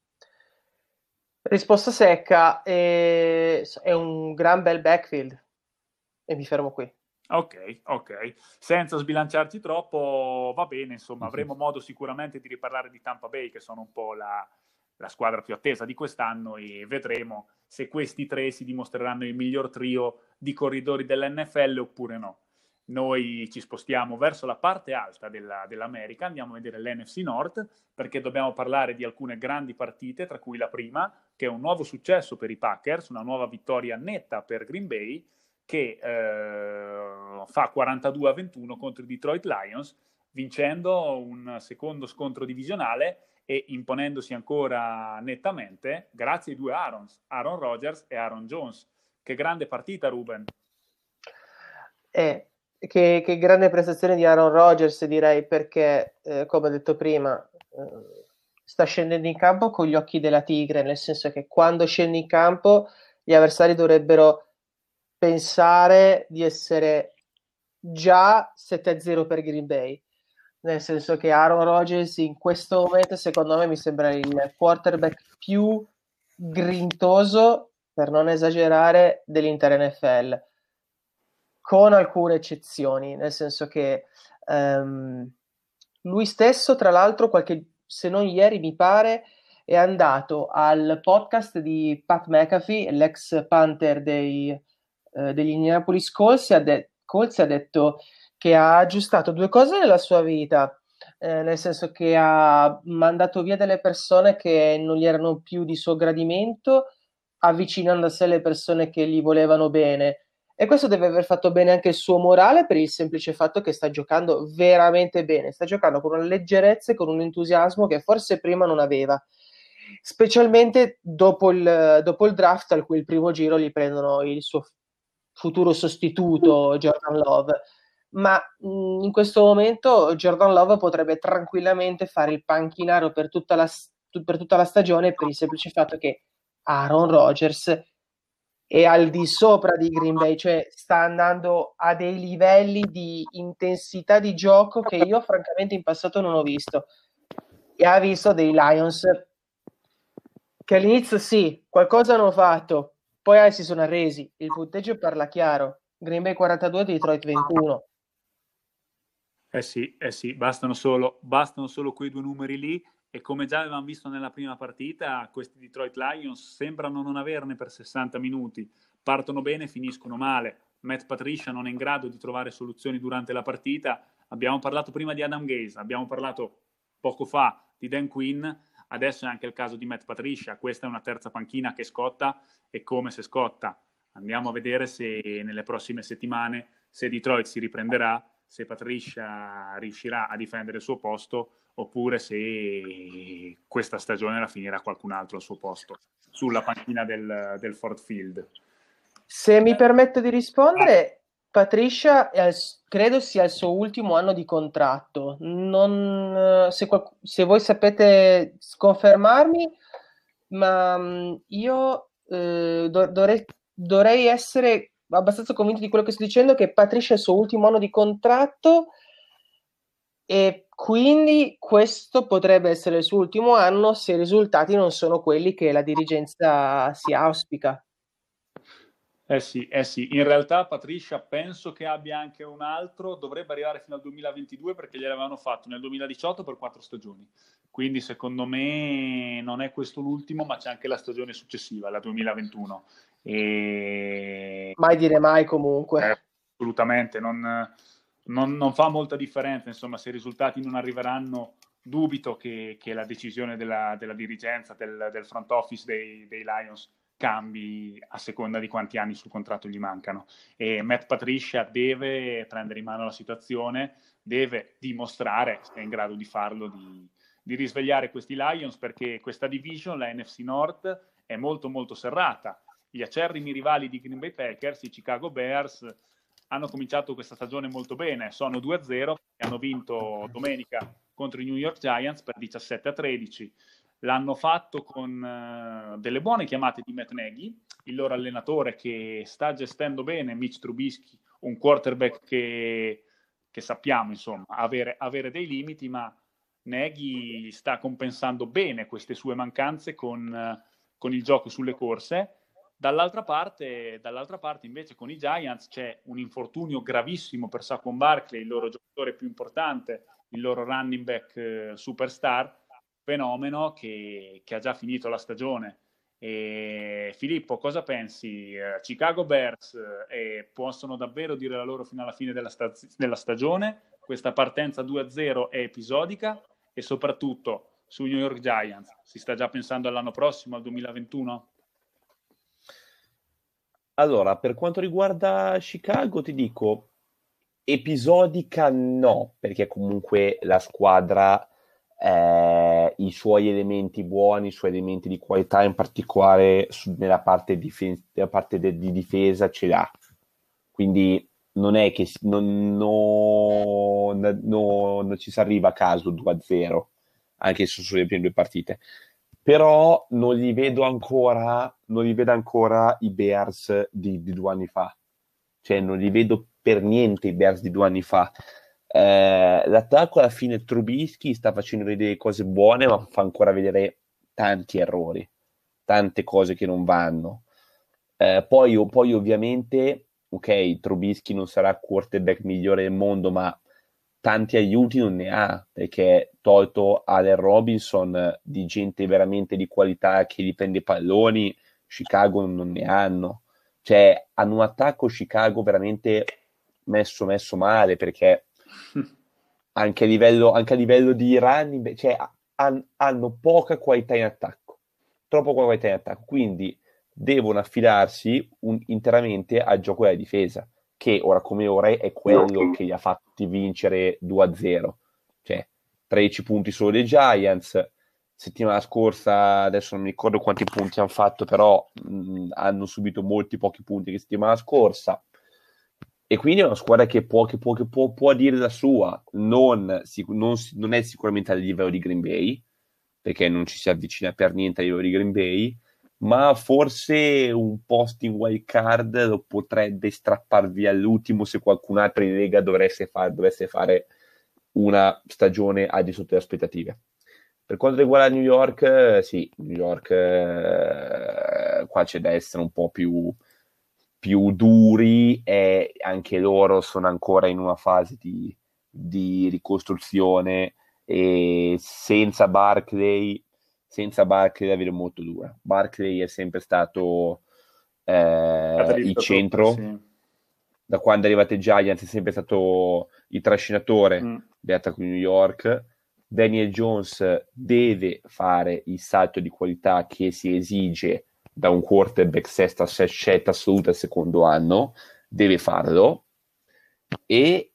S2: Risposta secca, è un gran bel backfield e mi fermo qui.
S1: Ok. Senza sbilanciarci troppo, va bene, insomma, avremo modo sicuramente di riparlare di Tampa Bay, che sono un po' la squadra più attesa di quest'anno, e vedremo se questi tre si dimostreranno il miglior trio di corridori dell'NFL oppure no. Noi ci spostiamo verso la parte alta dell'America, andiamo a vedere l'NFC North, perché dobbiamo parlare di alcune grandi partite, tra cui la prima, che è un nuovo successo per i Packers, una nuova vittoria netta per Green Bay, che fa 42-21 contro i Detroit Lions, vincendo un secondo scontro divisionale e imponendosi ancora nettamente grazie ai due Aaron Rodgers e Aaron Jones. Che grande partita, Ruben!
S2: Che grande prestazione di Aaron Rodgers, direi, perché, come ho detto prima, sta scendendo in campo con gli occhi della tigre, nel senso che quando scende in campo gli avversari dovrebbero pensare di essere già 7-0 per Green Bay, nel senso che Aaron Rodgers in questo momento secondo me mi sembra il quarterback più grintoso, per non esagerare, dell'intera NFL, con alcune eccezioni, nel senso che lui stesso, tra l'altro, se non ieri mi pare, è andato al podcast di Pat McAfee, l'ex Panther degli Indianapolis Colts, e ha detto che ha aggiustato due cose nella sua vita, nel senso che ha mandato via delle persone che non gli erano più di suo gradimento, avvicinando a sé le persone che gli volevano bene. E questo deve aver fatto bene anche il suo morale, per il semplice fatto che sta giocando veramente bene, sta giocando con una leggerezza e con un entusiasmo che forse prima non aveva, specialmente dopo il draft, al cui il primo giro gli prendono il suo futuro sostituto Jordan Love. Ma in questo momento Jordan Love potrebbe tranquillamente fare il panchinaro per tutta la stagione, per il semplice fatto che Aaron Rodgers è al di sopra di Green Bay, cioè sta andando a dei livelli di intensità di gioco che io francamente in passato non ho visto, e ha visto dei Lions che all'inizio sì, qualcosa hanno fatto, poi si sono arresi, il punteggio parla chiaro, Green Bay 42, Detroit 21.
S1: Eh sì, bastano solo quei due numeri lì, e come già avevamo visto nella prima partita, questi Detroit Lions sembrano non averne per 60 minuti, partono bene, finiscono male. Matt Patricia non è in grado di trovare soluzioni durante la partita. Abbiamo parlato prima di Adam Gase, abbiamo parlato poco fa di Dan Quinn, adesso è anche il caso di Matt Patricia. Questa è una terza panchina che scotta, e come se scotta. Andiamo a vedere se nelle prossime settimane, se Detroit si riprenderà, se Patricia riuscirà a difendere il suo posto, oppure se questa stagione la finirà qualcun altro al suo posto sulla panchina del Ford Field.
S2: Se mi permetto di rispondere, Patricia credo sia il suo ultimo anno di contratto. Se voi sapete confermarmi, ma io dovrei essere abbastanza convinto di quello che sto dicendo, che Patricia è il suo ultimo anno di contratto e quindi questo potrebbe essere il suo ultimo anno se i risultati non sono quelli che la dirigenza si auspica.
S1: Sì, in realtà Patricia penso che abbia anche un altro, dovrebbe arrivare fino al 2022 perché gliel'avevano fatto nel 2018 per 4 stagioni, quindi secondo me non è questo l'ultimo, ma c'è anche la stagione successiva, la 2021.
S2: Mai dire mai comunque.
S1: Assolutamente, non fa molta differenza, insomma, se i risultati non arriveranno, dubito che la decisione della dirigenza, del front office dei Lions cambi a seconda di quanti anni sul contratto gli mancano. E Matt Patricia deve prendere in mano la situazione, deve dimostrare, se è in grado di farlo, di risvegliare questi Lions, perché questa division, la NFC North, è molto molto serrata. Gli acerrimi rivali di Green Bay Packers, i Chicago Bears, hanno cominciato questa stagione molto bene, sono 2-0, hanno vinto domenica contro i New York Giants per 17-13. L'hanno fatto con delle buone chiamate di Matt Nagy, il loro allenatore che sta gestendo bene Mitch Trubisky, un quarterback che sappiamo insomma avere dei limiti, ma Nagy sta compensando bene queste sue mancanze con il gioco sulle corse. Dall'altra parte invece con i Giants c'è un infortunio gravissimo per Saquon Barkley, il loro giocatore più importante, il loro running back superstar, fenomeno che ha già finito la stagione. E Filippo, cosa pensi? Chicago Bears possono davvero dire la loro fino alla fine della stagione? Questa partenza 2-0 è episodica e soprattutto su New York Giants si sta già pensando all'anno prossimo, al 2021?
S3: Allora, per quanto riguarda Chicago, ti dico, episodica no, perché comunque la squadra, i suoi elementi buoni, i suoi elementi di qualità, in particolare nella parte, nella parte di difesa, ce l'ha. Quindi non è che non ci si arriva a caso 2-0, anche se sono solo le prime 2 partite. Però non li vedo ancora i Bears di 2 anni fa. Cioè, non li vedo per niente i Bears di 2 anni fa. L'attacco alla fine Trubisky sta facendo vedere cose buone, ma fa ancora vedere tanti errori, tante cose che non vanno. Poi ovviamente, ok, Trubisky non sarà il quarterback migliore del mondo, ma tanti aiuti non ne ha, perché tolto Allen Robinson, di gente veramente di qualità che gli prende i palloni, Chicago non ne hanno. Cioè, hanno un attacco Chicago veramente messo male, perché anche a livello di running, cioè, hanno poca qualità in attacco, troppo poca qualità in attacco, quindi devono affidarsi interamente al gioco della difesa, che ora come ora è quello che gli ha fatti vincere 2-0. Cioè, 13 punti solo dei Giants. Settimana scorsa, adesso non mi ricordo quanti punti hanno fatto, però hanno subito molti pochi punti che settimana scorsa. E quindi è una squadra che può dire la sua. Non è sicuramente a livello di Green Bay, perché non ci si avvicina per niente a livello di Green Bay, ma forse un post in wild card lo potrebbe strappar via all'ultimo se qualcun altro in Lega dovesse fare una stagione al di sotto delle aspettative. Per quanto riguarda New York, sì, New York qua c'è da essere un po' più duri, e anche loro sono ancora in una fase di ricostruzione, e senza Barkley la vedo molto dura. Barkley è sempre stato il centro, sì. Da quando è arrivato ai Giants è sempre stato il trascinatore dell'attacco di New York. Daniel Jones deve fare il salto di qualità che si esige da un quarterback scelta assoluta al secondo anno, deve farlo. E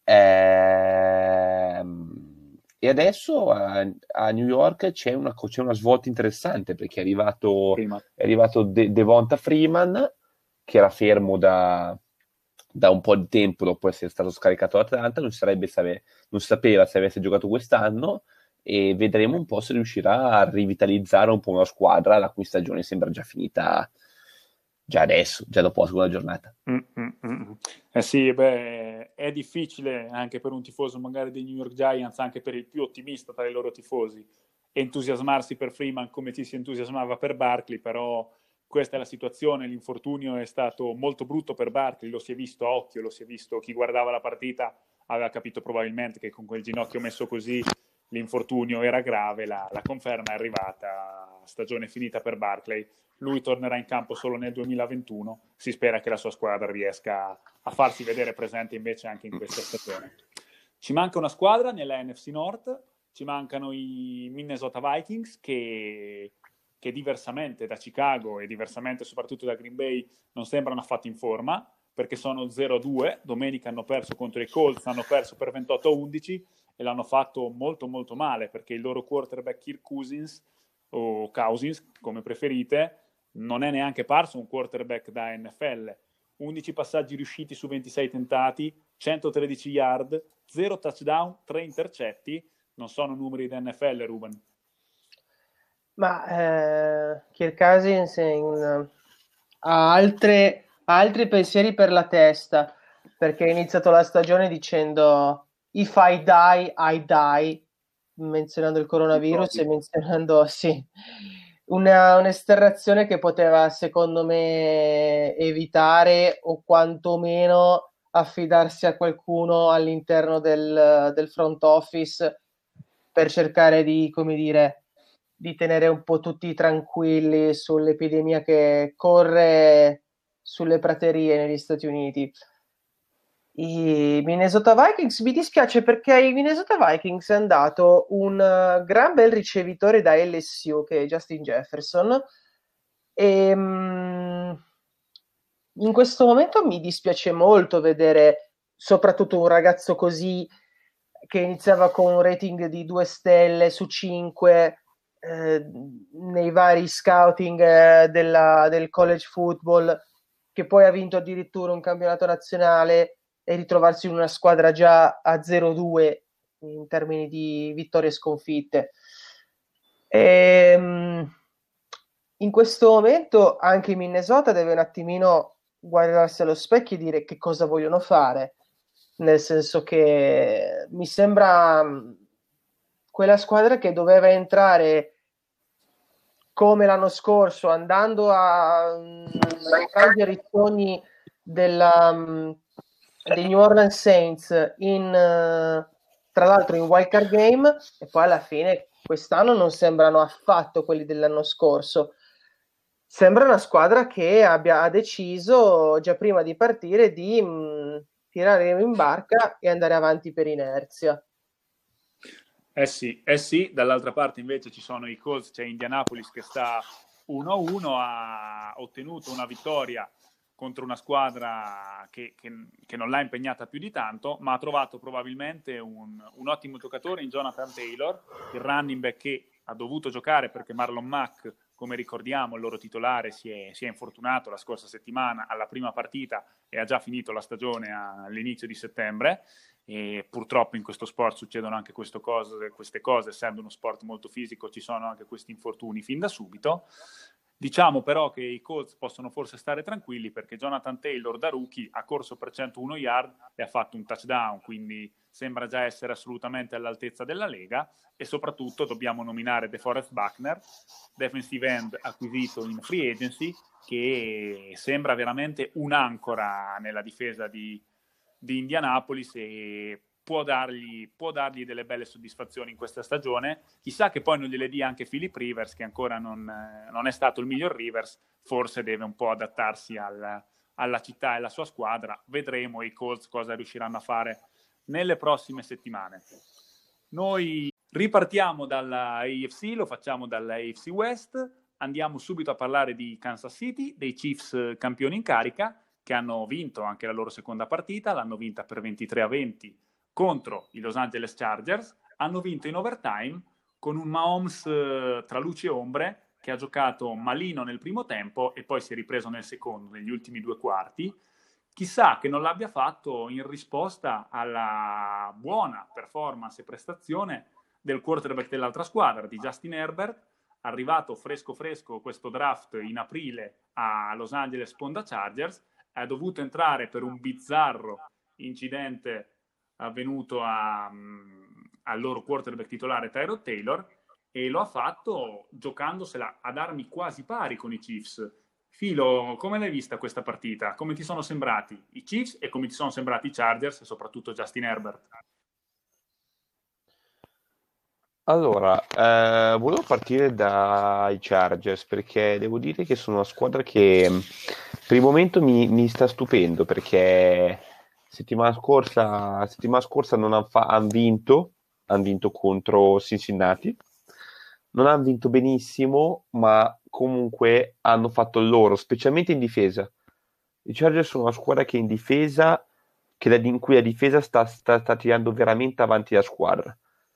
S3: adesso a New York c'è una svolta interessante, perché è arrivato Devonta Freeman, che era fermo da da un po' di tempo dopo essere stato scaricato Atlanta, non sapeva se avesse giocato quest'anno, e vedremo un po' se riuscirà a rivitalizzare un po' una squadra la cui stagione sembra già finita già adesso, già dopo la seconda giornata.
S1: Eh sì, beh, è difficile anche per un tifoso magari dei New York Giants, anche per il più ottimista tra i loro tifosi, entusiasmarsi per Freeman come ci si entusiasmava per Barkley, però questa è la situazione, l'infortunio è stato molto brutto per Barkley, lo si è visto a occhio, lo si è visto, chi guardava la partita aveva capito probabilmente che con quel ginocchio messo così l'infortunio era grave, la conferma è arrivata, stagione finita per Barkley, lui tornerà in campo solo nel 2021, si spera che la sua squadra riesca a farsi vedere presente invece anche in questa stagione. Ci manca una squadra nella NFC North, ci mancano i Minnesota Vikings che diversamente da Chicago e diversamente soprattutto da Green Bay non sembrano affatto in forma, perché sono 0-2, domenica hanno perso contro i Colts, hanno perso per 28-11 e l'hanno fatto molto molto male, perché il loro quarterback Kirk Cousins, o Cousins come preferite, non è neanche parso un quarterback da NFL. 11 passaggi riusciti su 26 tentati, 113 yard, 0 touchdown, 3 intercetti. Non sono numeri da NFL, Ruben.
S2: Ma Kirk Cousins ha altri pensieri per la testa, perché ha iniziato la stagione dicendo "If I die, I die", menzionando il coronavirus e menzionando sì, un'esternazione che poteva secondo me evitare o quantomeno affidarsi a qualcuno all'interno del front office per cercare di, come dire, di tenere un po' tutti tranquilli sull'epidemia che corre sulle praterie negli Stati Uniti. I Minnesota Vikings, mi dispiace perché ai Minnesota Vikings è andato un gran bel ricevitore da LSU che è Justin Jefferson e in questo momento mi dispiace molto vedere soprattutto un ragazzo così che iniziava con un rating di 2 stelle su 5 nei vari scouting del college football, che poi ha vinto addirittura un campionato nazionale, e ritrovarsi in una squadra già a 0-2 in termini di vittorie e sconfitte. In questo momento anche Minnesota deve un attimino guardarsi allo specchio e dire che cosa vogliono fare, nel senso che mi sembra quella squadra che doveva entrare come l'anno scorso, andando a infrangere i sogni dei New Orleans Saints tra l'altro in wildcard game, e poi alla fine quest'anno non sembrano affatto quelli dell'anno scorso. Sembra una squadra che ha deciso già prima di partire di tirare in barca e andare avanti per inerzia.
S1: Eh sì, dall'altra parte invece ci sono i Colts, c'è Indianapolis che sta 1-1, ha ottenuto una vittoria contro una squadra che non l'ha impegnata più di tanto, ma ha trovato probabilmente un ottimo giocatore in Jonathan Taylor, il running back che ha dovuto giocare perché Marlon Mack, come ricordiamo, il loro titolare, si è infortunato la scorsa settimana alla prima partita e ha già finito la stagione all'inizio di settembre. E purtroppo in questo sport succedono anche queste cose, essendo uno sport molto fisico ci sono anche questi infortuni fin da subito. Diciamo però che i Colts possono forse stare tranquilli perché Jonathan Taylor da rookie ha corso per 101 yard e ha fatto un touchdown, quindi sembra già essere assolutamente all'altezza della Lega, e soprattutto dobbiamo nominare DeForest Buckner, defensive end acquisito in free agency, che sembra veramente un'ancora nella difesa di Indianapolis e può dargli delle belle soddisfazioni in questa stagione. Chissà che poi non gliele dia anche Philip Rivers, che ancora non è stato il miglior Rivers, forse deve un po' adattarsi alla città e alla sua squadra. Vedremo i Colts cosa riusciranno a fare nelle prossime settimane. Noi ripartiamo dalla AFC, lo facciamo dalla AFC West, andiamo subito a parlare di Kansas City, dei Chiefs campioni in carica, che hanno vinto anche la loro seconda partita, l'hanno vinta per 23-20 contro i Los Angeles Chargers, hanno vinto in overtime con un Mahomes tra luci e ombre, che ha giocato malino nel primo tempo e poi si è ripreso nel secondo, negli ultimi 2 quarti, chissà che non l'abbia fatto in risposta alla buona performance e prestazione del quarterback dell'altra squadra, di Justin Herbert, arrivato fresco fresco questo draft in aprile a Los Angeles Sponda Chargers, è dovuto entrare per un bizzarro incidente avvenuto al loro quarterback titolare Tyrod Taylor, e lo ha fatto giocandosela ad armi quasi pari con i Chiefs. Filo, come l'hai vista questa partita? Come ti sono sembrati i Chiefs e come ti sono sembrati i Chargers e soprattutto Justin Herbert?
S3: Allora, volevo partire dai Chargers perché devo dire che sono una squadra che per il momento mi sta stupendo, perché settimana scorsa non han vinto contro Cincinnati, non hanno vinto benissimo, ma comunque hanno fatto il loro, specialmente in difesa. I Chargers sono una squadra che in difesa, in cui la difesa sta tirando veramente avanti la squadra.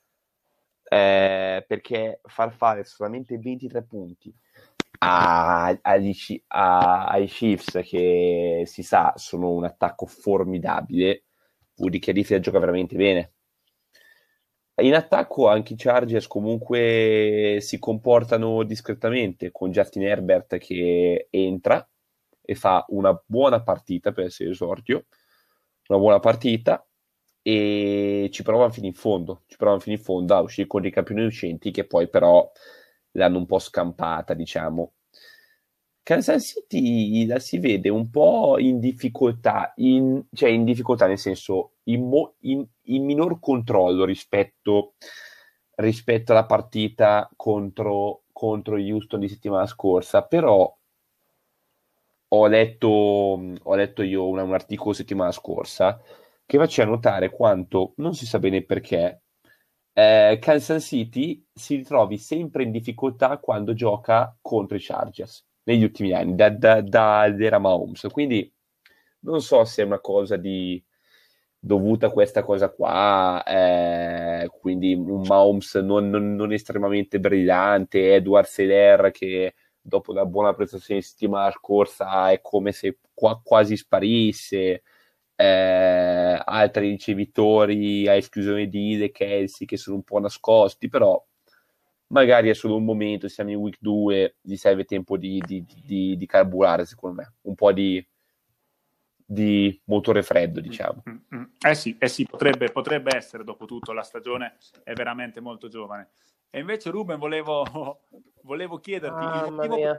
S3: Perché far fare solamente 23 punti ai Chiefs, che si sa sono un attacco formidabile, vuol dire che la difesa gioca veramente bene. In attacco anche i Chargers comunque si comportano discretamente, con Justin Herbert che entra e fa una buona partita, per essere esordio, una buona partita, e ci provano fino in fondo a uscire con dei campioni uscenti che poi però l'hanno un po' scampata, diciamo. Kansas City la si vede un po' in difficoltà, cioè in difficoltà nel senso in minor controllo rispetto alla partita contro Houston di settimana scorsa, però ho letto io un articolo settimana scorsa che faceva notare quanto, non si sa bene perché, Kansas City si ritrovi sempre in difficoltà quando gioca contro i Chargers negli ultimi anni, dall'era Mahomes. Quindi non so se è una cosa dovuta a questa cosa qua, quindi un Mahomes non estremamente brillante, Edward Seller che dopo la buona prestazione di settimana scorsa è come se quasi sparisse, altri ricevitori a esclusione di Hill e Kelsey che sono un po' nascosti, però magari è solo un momento, siamo in week 2, gli serve tempo di carburare, secondo me, un po' di motore freddo, diciamo.
S1: Sì, potrebbe essere, dopo tutto la stagione è veramente molto giovane. E invece Ruben volevo chiederti il motivo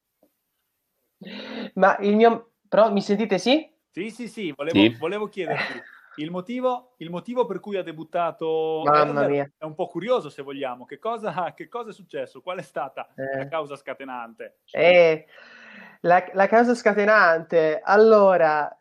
S2: Ma il mio... Però mi sentite, sì?
S1: Sì, volevo chiederti il motivo per cui ha debuttato
S2: Mamma mia.
S1: è un po' curioso, se vogliamo. Che cosa è successo? Qual è stata la causa scatenante?
S2: La causa scatenante. Allora,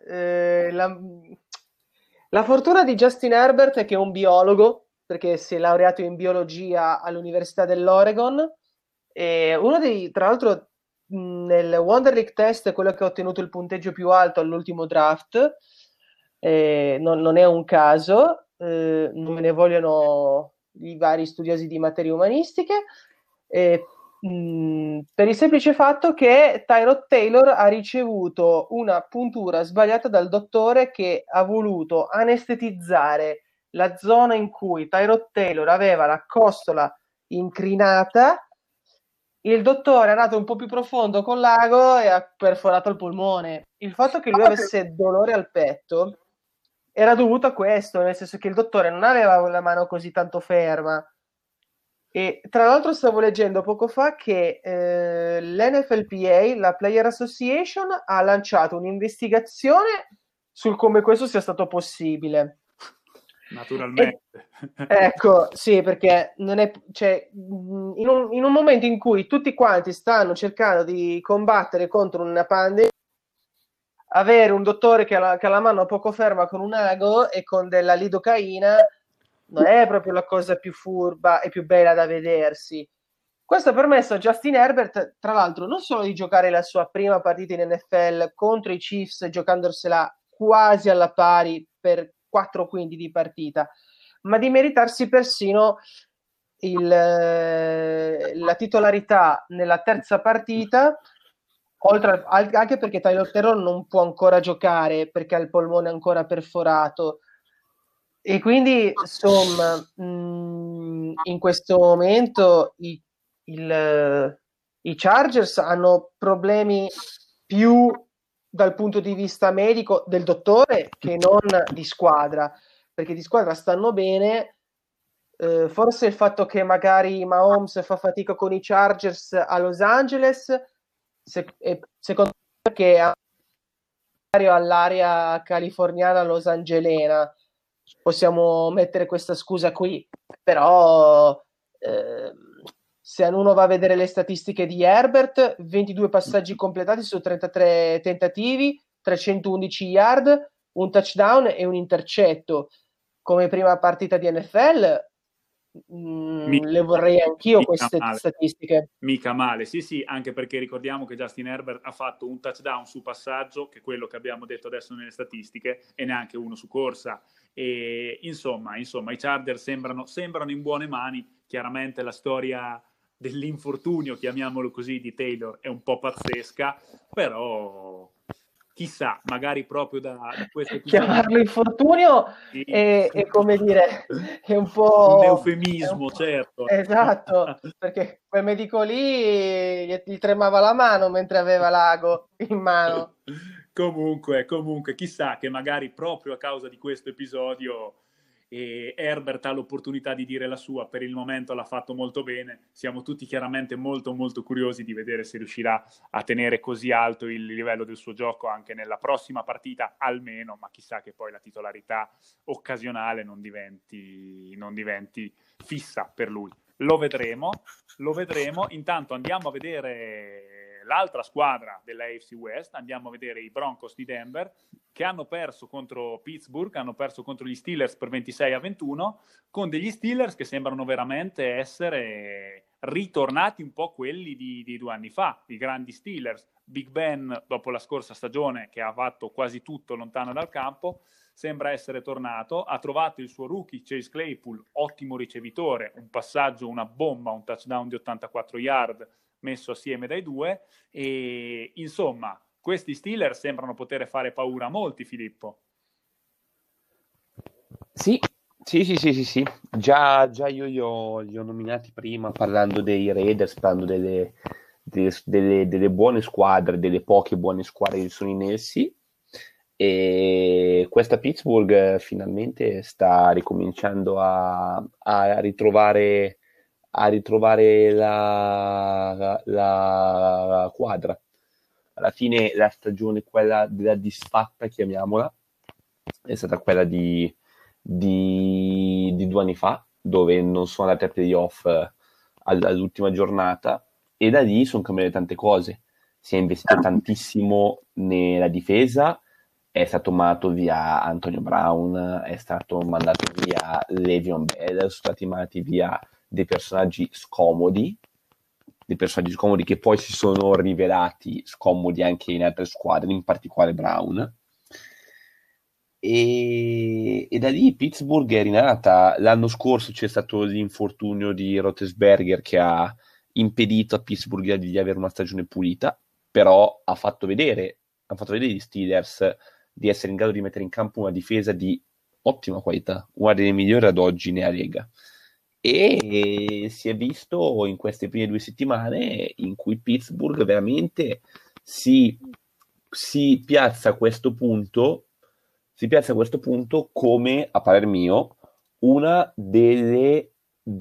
S2: la fortuna di Justin Herbert è che è un biologo, perché si è laureato in biologia all'Università dell'Oregon. E tra l'altro, nel Wonder League Test è quello che ha ottenuto il punteggio più alto all'ultimo draft. Non è un caso, non me ne vogliono i vari studiosi di materie umanistiche, per il semplice fatto che Tyrod Taylor ha ricevuto una puntura sbagliata dal dottore, che ha voluto anestetizzare la zona in cui Tyrod Taylor aveva la costola incrinata. Il dottore è andato un po' più profondo con l'ago e ha perforato il polmone. Il fatto che lui avesse dolore al petto era dovuto a questo, nel senso che il dottore non aveva la mano così tanto ferma. E tra l'altro stavo leggendo poco fa che l'NFLPA, la Player Association, ha lanciato un'investigazione sul come questo sia stato possibile.
S1: Naturalmente.
S2: Ecco, sì, perché non è, cioè, in un momento in cui tutti quanti stanno cercando di combattere contro una pandemia, avere un dottore che ha la mano poco ferma con un ago e con della lidocaina non è proprio la cosa più furba e più bella da vedersi. Questo ha permesso a Justin Herbert, tra l'altro, non solo di giocare la sua prima partita in NFL contro i Chiefs, giocandosela quasi alla pari per 4 quinti di partita, ma di meritarsi persino la titolarità nella terza partita, Anche perché Tyler Taylor non può ancora giocare perché ha il polmone ancora perforato. E quindi, insomma, in questo momento i Chargers hanno problemi più dal punto di vista medico del dottore che non di squadra, perché di squadra stanno bene. Forse il fatto che magari Mahomes fa fatica con i Chargers a Los Angeles, secondo me che ha all'area californiana losangelena, possiamo mettere questa scusa qui, però se uno va a vedere le statistiche di Herbert, 22 passaggi completati su 33 tentativi, 311 yard, un touchdown e un intercetto. Come prima partita di NFL le vorrei anch'io queste statistiche.
S1: Mica male, sì, anche perché ricordiamo che Justin Herbert ha fatto un touchdown su passaggio, che è quello che abbiamo detto adesso nelle statistiche, e neanche uno su corsa. E insomma i Chargers sembrano in buone mani. Chiaramente la storia dell'infortunio, chiamiamolo così, di Taylor è un po' pazzesca, però chissà, magari proprio da questo episodio...
S2: Chiamarlo infortunio sì. è come dire, è un po'...
S1: un eufemismo, certo.
S2: Esatto, perché quel medico lì gli tremava la mano mentre aveva l'ago in mano.
S1: Comunque, chissà che magari proprio a causa di questo episodio Herbert ha l'opportunità di dire la sua. Per il momento l'ha fatto molto bene, siamo tutti chiaramente molto molto curiosi di vedere se riuscirà a tenere così alto il livello del suo gioco anche nella prossima partita almeno, ma chissà che poi la titolarità occasionale non diventi fissa per lui. Lo vedremo. Intanto andiamo a vedere l'altra squadra della AFC West, andiamo a vedere i Broncos di Denver, che hanno perso contro Pittsburgh, hanno perso contro gli Steelers per 26-21, con degli Steelers che sembrano veramente essere ritornati un po' quelli di 2 anni fa, i grandi Steelers. Big Ben, dopo la scorsa stagione, che ha fatto quasi tutto lontano dal campo, sembra essere tornato, ha trovato il suo rookie Chase Claypool, ottimo ricevitore, un passaggio, una bomba, un touchdown di 84 yard messo assieme dai due, e insomma questi Steelers sembrano poter fare paura a molti, Filippo.
S3: Sì. Già io li ho nominati prima parlando dei Raiders, parlando delle buone squadre, delle poche buone squadre che sono in essi. E questa Pittsburgh finalmente sta ricominciando a ritrovare la quadra. Alla fine la stagione, quella della disfatta, chiamiamola, è stata quella di 2 anni fa, dove non sono andati a playoff all'ultima giornata, e da lì sono cambiate tante cose. Si è investito tantissimo nella difesa, è stato mandato via Antonio Brown, è stato mandato via Le'Veon Bell, sono stati mandati via dei personaggi scomodi che poi si sono rivelati scomodi anche in altre squadre, in particolare Brown. E da lì Pittsburgh è rinata. L'anno scorso c'è stato l'infortunio di Roethlisberger che ha impedito a Pittsburgh di avere una stagione pulita, però ha fatto vedere gli Steelers di essere in grado di mettere in campo una difesa di ottima qualità, una delle migliori ad oggi nella Lega. E si è visto in queste prime 2 settimane in cui Pittsburgh veramente si piazza a questo punto come, a parer mio, una delle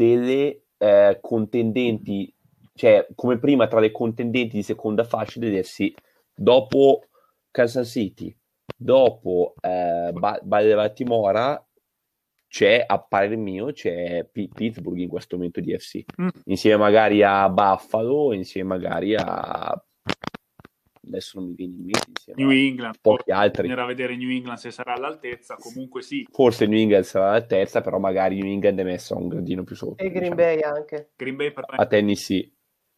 S3: contendenti, cioè come prima tra le contendenti di seconda fascia dell'EFC, dopo Kansas City, dopo Baltimora, a parer mio c'è Pittsburgh in questo momento di FC, insieme magari a Buffalo, insieme magari a, adesso non mi viene in mente, insieme
S1: New England,
S3: pochi altri.
S1: Bisognerà vedere New England se sarà all'altezza. Comunque sì,
S3: forse New England sarà all'altezza, però magari New England è messo a un gradino più sotto,
S2: e Green Bay anche
S1: a
S3: Tennessee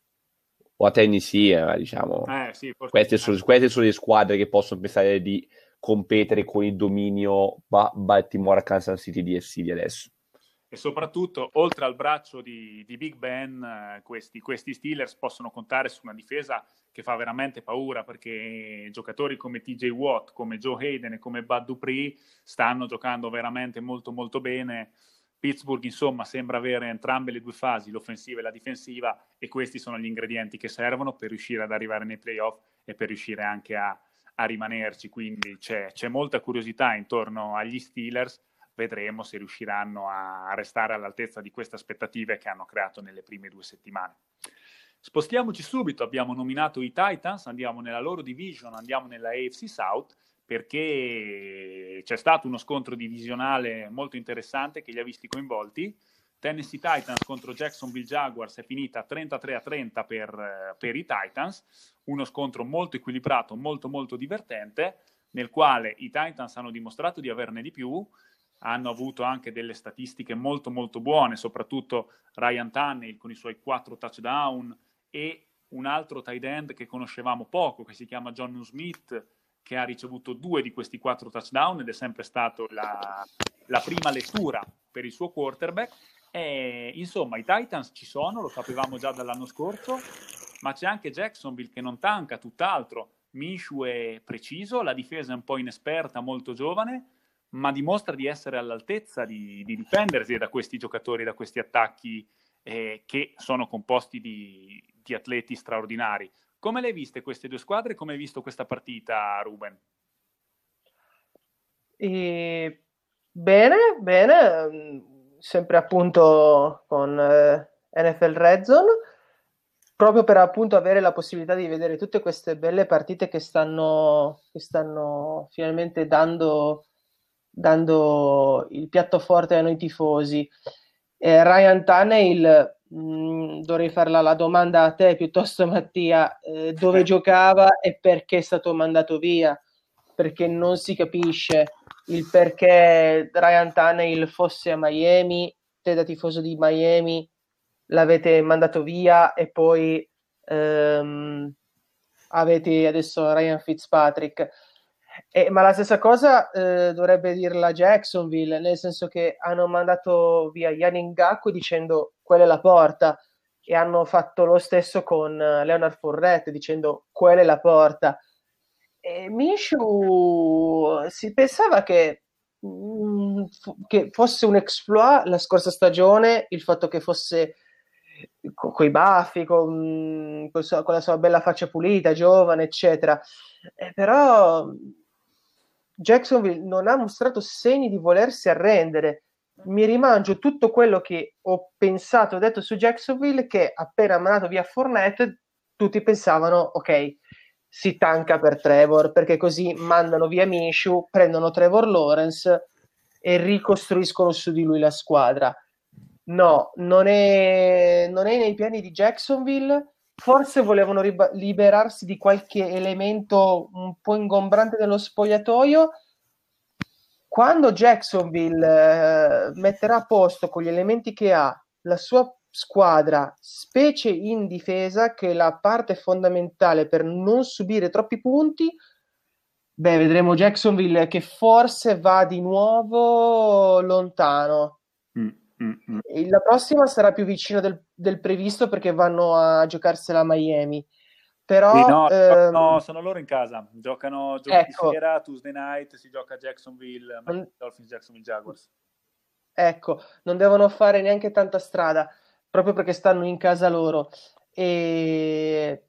S3: diciamo
S1: sì,
S3: queste sono le squadre che possono pensare di competere con il dominio Baltimore Kansas City DFC di adesso.
S1: E soprattutto, oltre al braccio di Big Ben, questi Steelers possono contare su una difesa che fa veramente paura, perché giocatori come TJ Watt, come Joe Hayden e come Bud Dupree stanno giocando veramente molto molto bene. Pittsburgh, insomma, sembra avere entrambe le due fasi, l'offensiva e la difensiva, e questi sono gli ingredienti che servono per riuscire ad arrivare nei playoff e per riuscire anche a rimanerci. Quindi c'è molta curiosità intorno agli Steelers. Vedremo se riusciranno a restare all'altezza di queste aspettative che hanno creato nelle prime 2 settimane. Spostiamoci subito, abbiamo nominato i Titans, andiamo nella loro division, andiamo nella AFC South, perché c'è stato uno scontro divisionale molto interessante che li ha visti coinvolti. Tennessee Titans contro Jacksonville Jaguars è finita 33-30 per i Titans, uno scontro molto equilibrato, molto molto divertente, nel quale i Titans hanno dimostrato di averne di più, hanno avuto anche delle statistiche molto molto buone, soprattutto Ryan Tannehill con i suoi 4 touchdown e un altro tight end che conoscevamo poco, che si chiama Jonnu Smith, che ha ricevuto 2 di questi 4 touchdown ed è sempre stato la prima lettura per il suo quarterback. E insomma i Titans ci sono, lo sapevamo già dall'anno scorso, ma c'è anche Jacksonville che non tanca, tutt'altro. Minshew è preciso, la difesa è un po' inesperta, molto giovane, ma dimostra di essere all'altezza di difendersi da questi giocatori, da questi attacchi che sono composti di atleti straordinari. Come le hai viste queste due squadre? Come hai visto questa partita, Ruben?
S2: Bene, sempre appunto con NFL Red Zone, proprio per appunto avere la possibilità di vedere tutte queste belle partite che stanno finalmente dando il piatto forte a noi tifosi. Ryan Tannehill, dovrei fare la domanda a te piuttosto, Mattia, dove giocava e perché è stato mandato via, perché non si capisce il perché Ryan Tannehill fosse a Miami, te da tifoso di Miami l'avete mandato via e poi avete adesso Ryan Fitzpatrick. Ma la stessa cosa dovrebbe dirla Jacksonville, nel senso che hanno mandato via Yannick Ngakoue dicendo quella è la porta, e hanno fatto lo stesso con Leonard Fournette dicendo quella è la porta. E Minshew si pensava che fosse un exploit la scorsa stagione, il fatto che fosse coi baffi, con la sua bella faccia pulita, giovane, eccetera. Però Jacksonville non ha mostrato segni di volersi arrendere. Mi rimangio tutto quello che ho pensato, ho detto su Jacksonville, che appena mandato via Fournette tutti pensavano ok, si tanca per Trevor, perché così mandano via Minshew, prendono Trevor Lawrence e ricostruiscono su di lui la squadra. No, non è nei piani di Jacksonville. Forse volevano liberarsi di qualche elemento un po' ingombrante nello spogliatoio. Quando Jacksonville metterà a posto con gli elementi che ha la sua squadra, specie in difesa, che è la parte fondamentale per non subire troppi punti, vedremo Jacksonville che forse va di nuovo lontano. La prossima sarà più vicina del previsto, perché vanno a giocarsela a Miami. Però
S1: no, sono loro in casa, giocano giovedì sera, Tuesday night, si gioca a Jacksonville, Dolphins, Jacksonville Jaguars.
S2: Ecco, non devono fare neanche tanta strada, proprio perché stanno in casa loro. E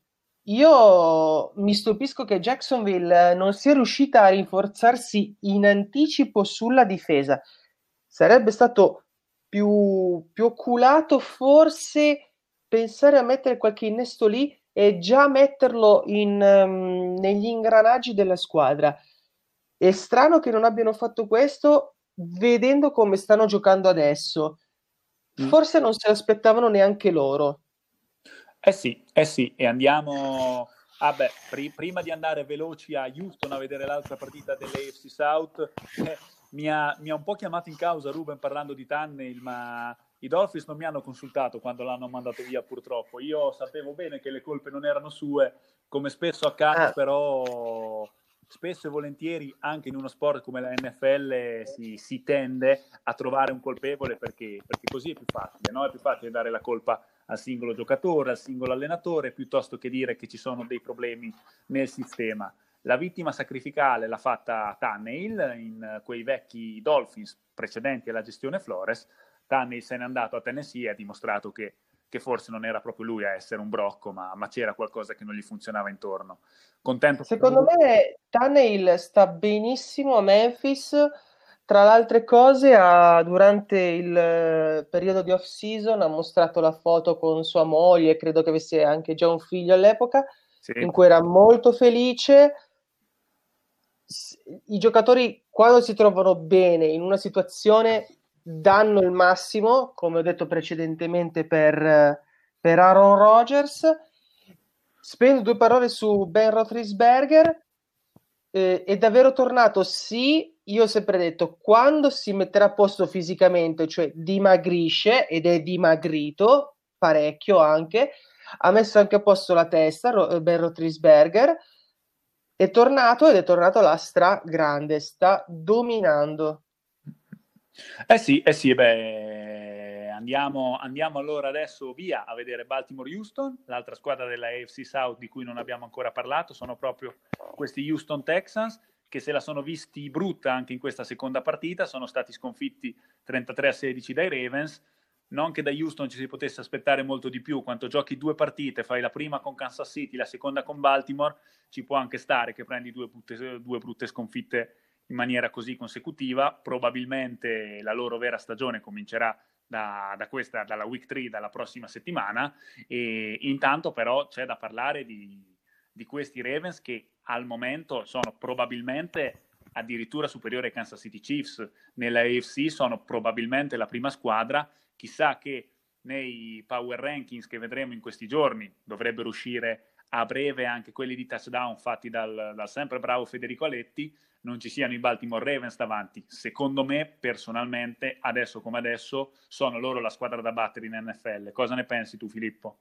S2: io mi stupisco che Jacksonville non sia riuscita a rinforzarsi in anticipo sulla difesa. Sarebbe stato più oculato forse pensare a mettere qualche innesto lì e già metterlo negli ingranaggi della squadra. È strano che non abbiano fatto questo, vedendo come stanno giocando adesso. Forse non se l'aspettavano neanche loro.
S1: Eh sì, e andiamo... prima di andare veloci a Houston a vedere l'altra partita dell'AFC South, mi ha un po' chiamato in causa Ruben parlando di Tannehill, ma i Dolphins non mi hanno consultato quando l'hanno mandato via, purtroppo. Io sapevo bene che le colpe non erano sue, come spesso accade, però spesso e volentieri anche in uno sport come la NFL si tende a trovare un colpevole perché così è più facile, no? È più facile dare la colpa al singolo giocatore, al singolo allenatore, piuttosto che dire che ci sono dei problemi nel sistema. La vittima sacrificale l'ha fatta Tannehill in quei vecchi Dolphins precedenti alla gestione Flores. Tannehill se n'è andato a Tennessee e ha dimostrato che forse non era proprio lui a essere un brocco, ma c'era qualcosa che non gli funzionava intorno. Contento.
S2: Secondo me Tannehill sta benissimo a Memphis. Tra le altre cose, durante il periodo di off-season ha mostrato la foto con sua moglie, credo che avesse anche già un figlio all'epoca,
S1: Sì.
S2: in cui era molto felice. I giocatori, quando si trovano bene in una situazione, danno il massimo, come ho detto precedentemente per Aaron Rodgers. Spendo 2 parole su Ben Roethlisberger. È davvero tornato? Sì, io ho sempre detto, quando si metterà a posto fisicamente, cioè dimagrisce, ed è dimagrito parecchio anche, ha messo anche a posto la testa, Ben Roethlisberger, è tornato ed è tornato alla grande, sta dominando.
S1: Sì, beh, andiamo allora adesso via a vedere Baltimore-Houston, l'altra squadra della AFC South di cui non abbiamo ancora parlato, sono proprio questi Houston Texans, che se la sono visti brutta anche in questa seconda partita, sono stati sconfitti 33-16 dai Ravens. Non che da Houston ci si potesse aspettare molto di più, quando giochi 2 partite, fai la prima con Kansas City, la seconda con Baltimore, ci può anche stare che prendi due brutte sconfitte in maniera così consecutiva. Probabilmente la loro vera stagione comincerà dalla week 3, dalla prossima settimana, e intanto però c'è da parlare di questi Ravens che al momento sono probabilmente addirittura superiori ai Kansas City Chiefs. Nella AFC sono probabilmente la prima squadra. Chissà che nei power rankings che vedremo in questi giorni dovrebbero uscire a breve anche quelli di touchdown fatti dal sempre bravo Federico Aletti, non ci siano i Baltimore Ravens davanti. Secondo me, personalmente, adesso come adesso, sono loro la squadra da battere in NFL. Cosa ne pensi tu, Filippo?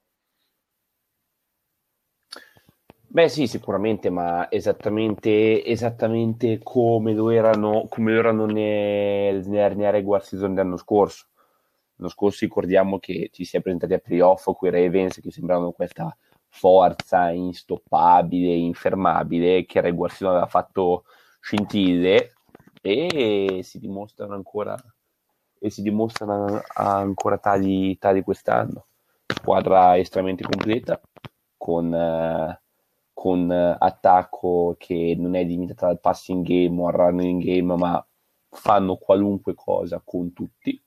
S3: Beh sì, sicuramente, ma esattamente come lo erano nella regular season dell'anno scorso. L'anno scorso ricordiamo che ci si è presentati a playoff con i Ravens che sembravano questa forza instoppabile, infermabile, che regular season aveva fatto scintille e si dimostrano ancora tali quest'anno. Squadra estremamente completa con attacco che non è limitata al passing game o al running game, ma fanno qualunque cosa con tutti.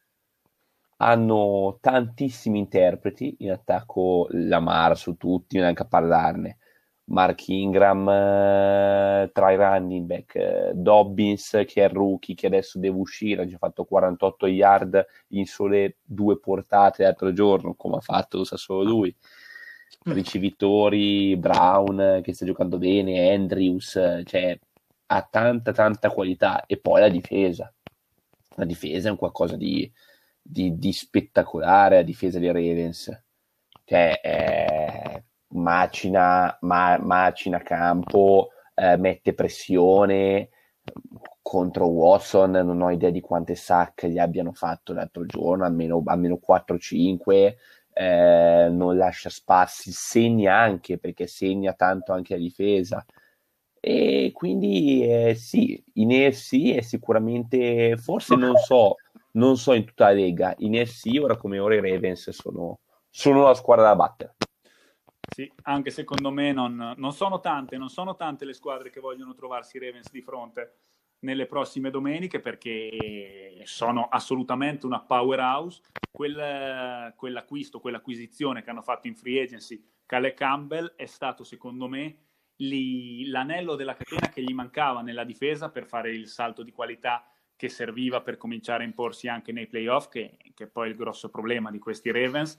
S3: Hanno tantissimi interpreti in attacco, Lamar su tutti, neanche a parlarne. Mark Ingram tra i running back, Dobbins che è il rookie che adesso deve uscire, ha già fatto 48 yard in sole 2 portate l'altro giorno, come ha fatto, lo sa solo lui. Ricevitori, Brown che sta giocando bene, Andrews, cioè ha tanta qualità. E poi la difesa è un qualcosa di spettacolare, la difesa dei Ravens, cioè macina campo, mette pressione contro Watson. Non ho idea di quante sack gli abbiano fatto l'altro giorno, almeno 4-5. Non lascia spazi, segna anche, perché segna tanto anche la difesa. E quindi sì, in EFC è sicuramente, forse non so in tutta la Lega, in EFC ora come ora i Ravens sono la squadra da battere.
S1: Sì, anche secondo me non sono tante le squadre che vogliono trovarsi i Ravens di fronte nelle prossime domeniche, perché sono assolutamente una powerhouse. Quell'acquisizione che hanno fatto in free agency, Calais Campbell, è stato secondo me l'anello della catena che gli mancava nella difesa per fare il salto di qualità che serviva per cominciare a imporsi anche nei playoff, che è poi il grosso problema di questi Ravens.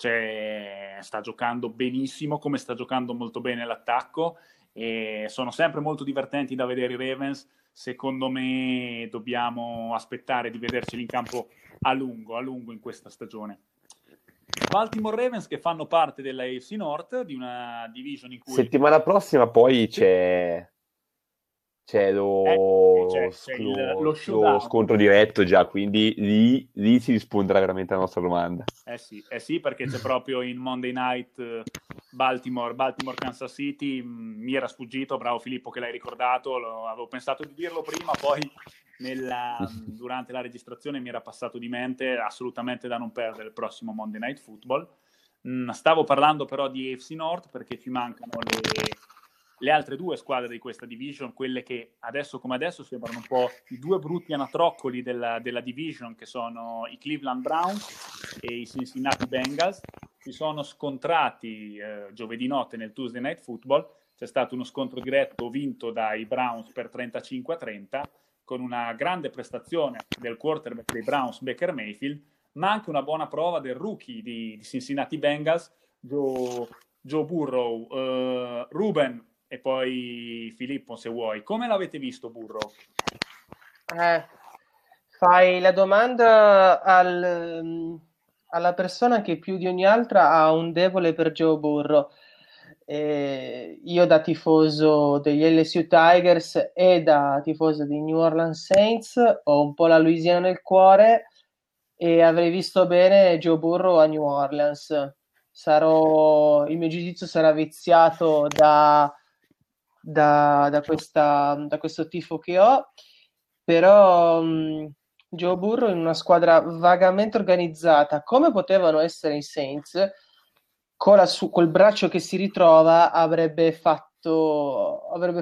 S1: Sta giocando benissimo, come sta giocando molto bene l'attacco, e sono sempre molto divertenti da vedere i Ravens. Secondo me dobbiamo aspettare di vederceli in campo a lungo in questa stagione. Baltimore Ravens, che fanno parte della AFC North, di una division in cui
S3: settimana prossima poi c'è c'è
S1: lo
S3: lo
S1: showdown.
S3: scontro diretto già, quindi lì si risponderà veramente alla nostra domanda.
S1: Sì, perché c'è proprio in Monday Night Baltimore Kansas City, mi era sfuggito, bravo Filippo che l'hai ricordato, avevo pensato di dirlo prima, poi durante la registrazione mi era passato di mente, assolutamente da non perdere il prossimo Monday Night Football. Stavo parlando però di AFC North perché ci mancano le altre due squadre di questa division, quelle che adesso come adesso sembrano un po' i due brutti anatroccoli della division, che sono i Cleveland Browns e i Cincinnati Bengals. Si sono scontrati giovedì notte nel Tuesday Night Football, c'è stato uno scontro diretto vinto dai Browns per 35-30, con una grande prestazione del quarterback dei Browns, Baker Mayfield, ma anche una buona prova del rookie di Cincinnati Bengals, Joe Burrow. Ruben e poi Filippo, se vuoi, come l'avete visto Burrow?
S2: Fai la domanda alla persona che più di ogni altra ha un debole per Joe Burrow. Io da tifoso degli LSU Tigers e da tifoso di New Orleans Saints ho un po' la Louisiana nel cuore e avrei visto bene Joe Burrow a New Orleans. Il mio giudizio sarà viziato da questo tifo che ho, però Joe Burrow in una squadra vagamente organizzata, come potevano essere i Saints, col braccio che si ritrova, avrebbe fatto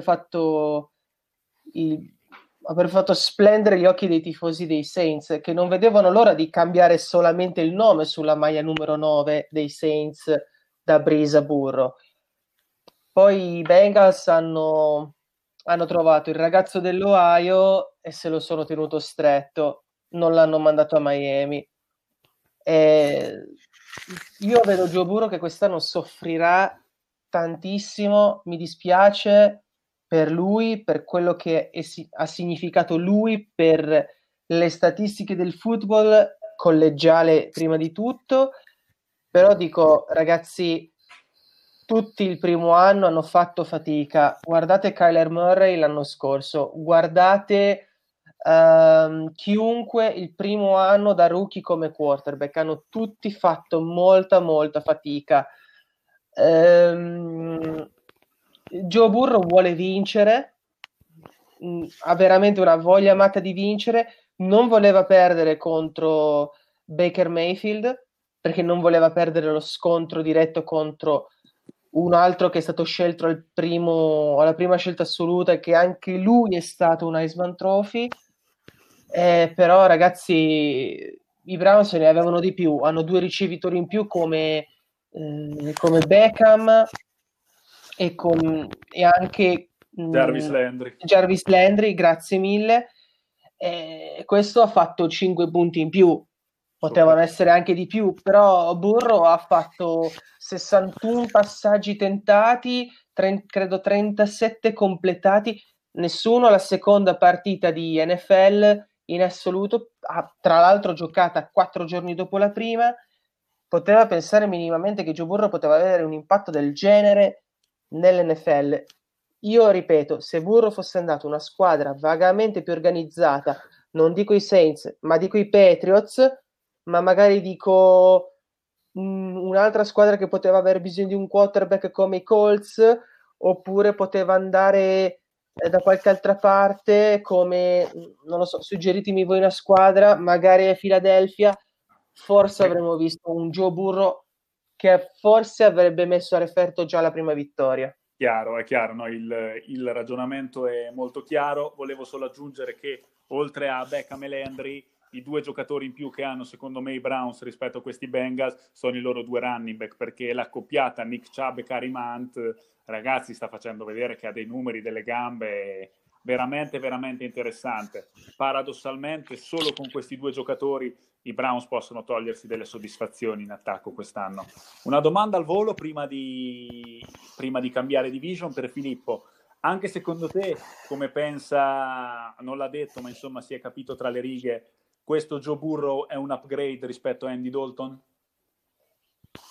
S2: splendere gli occhi dei tifosi dei Saints, che non vedevano l'ora di cambiare solamente il nome sulla maglia numero 9 dei Saints da Breeze a Burrow. Poi i Bengals hanno trovato il ragazzo dell'Ohio e se lo sono tenuto stretto, non l'hanno mandato a Miami. Io vedo Joe Burrow che quest'anno soffrirà tantissimo, mi dispiace per lui, per quello che ha significato lui, per le statistiche del football collegiale prima di tutto, però dico ragazzi, tutti il primo anno hanno fatto fatica. Guardate Kyler Murray l'anno scorso, guardate chiunque il primo anno da rookie come quarterback, hanno tutti fatto molta fatica. Joe Burrow vuole vincere, ha veramente una voglia matta di vincere, non voleva perdere contro Baker Mayfield perché non voleva perdere lo scontro diretto contro un altro che è stato scelto alla prima scelta assoluta, che anche lui è stato un Heisman Trophy. Però ragazzi, i Browns ne avevano di più, hanno 2 ricevitori in più come Beckham e anche Jarvis Landry, grazie mille. Questo ha fatto 5 punti in più, potevano essere anche di più, però Burrow ha fatto 61 passaggi tentati, credo 37 completati, nessuno la seconda partita di NFL in assoluto, tra l'altro giocata 4 giorni dopo la prima, poteva pensare minimamente che Joe Burrow poteva avere un impatto del genere nell'NFL. Io ripeto, se Burrow fosse andato una squadra vagamente più organizzata, non dico i Saints, ma dico i Patriots, ma magari dico un'altra squadra che poteva aver bisogno di un quarterback come i Colts, oppure poteva andare da qualche altra parte come, non lo so, suggeritemi voi una squadra, magari a Philadelphia, forse avremmo visto un Joe Burrow che forse avrebbe messo a referto già la prima vittoria.
S1: È chiaro, no? Il ragionamento è molto chiaro. Volevo solo aggiungere che oltre a Beckham e Landry, i 2 giocatori in più che hanno secondo me i Browns rispetto a questi Bengals sono i loro 2 running back, perché la coppiata Nick Chubb e Kareem Hunt, ragazzi, sta facendo vedere che ha dei numeri, delle gambe veramente interessante. Paradossalmente solo con questi 2 giocatori i Browns possono togliersi delle soddisfazioni in attacco quest'anno. Una domanda al volo prima di cambiare division per Filippo. Anche secondo te, come pensa, non l'ha detto, ma insomma si è capito tra le righe, questo Joe Burrow è un upgrade rispetto a Andy Dalton?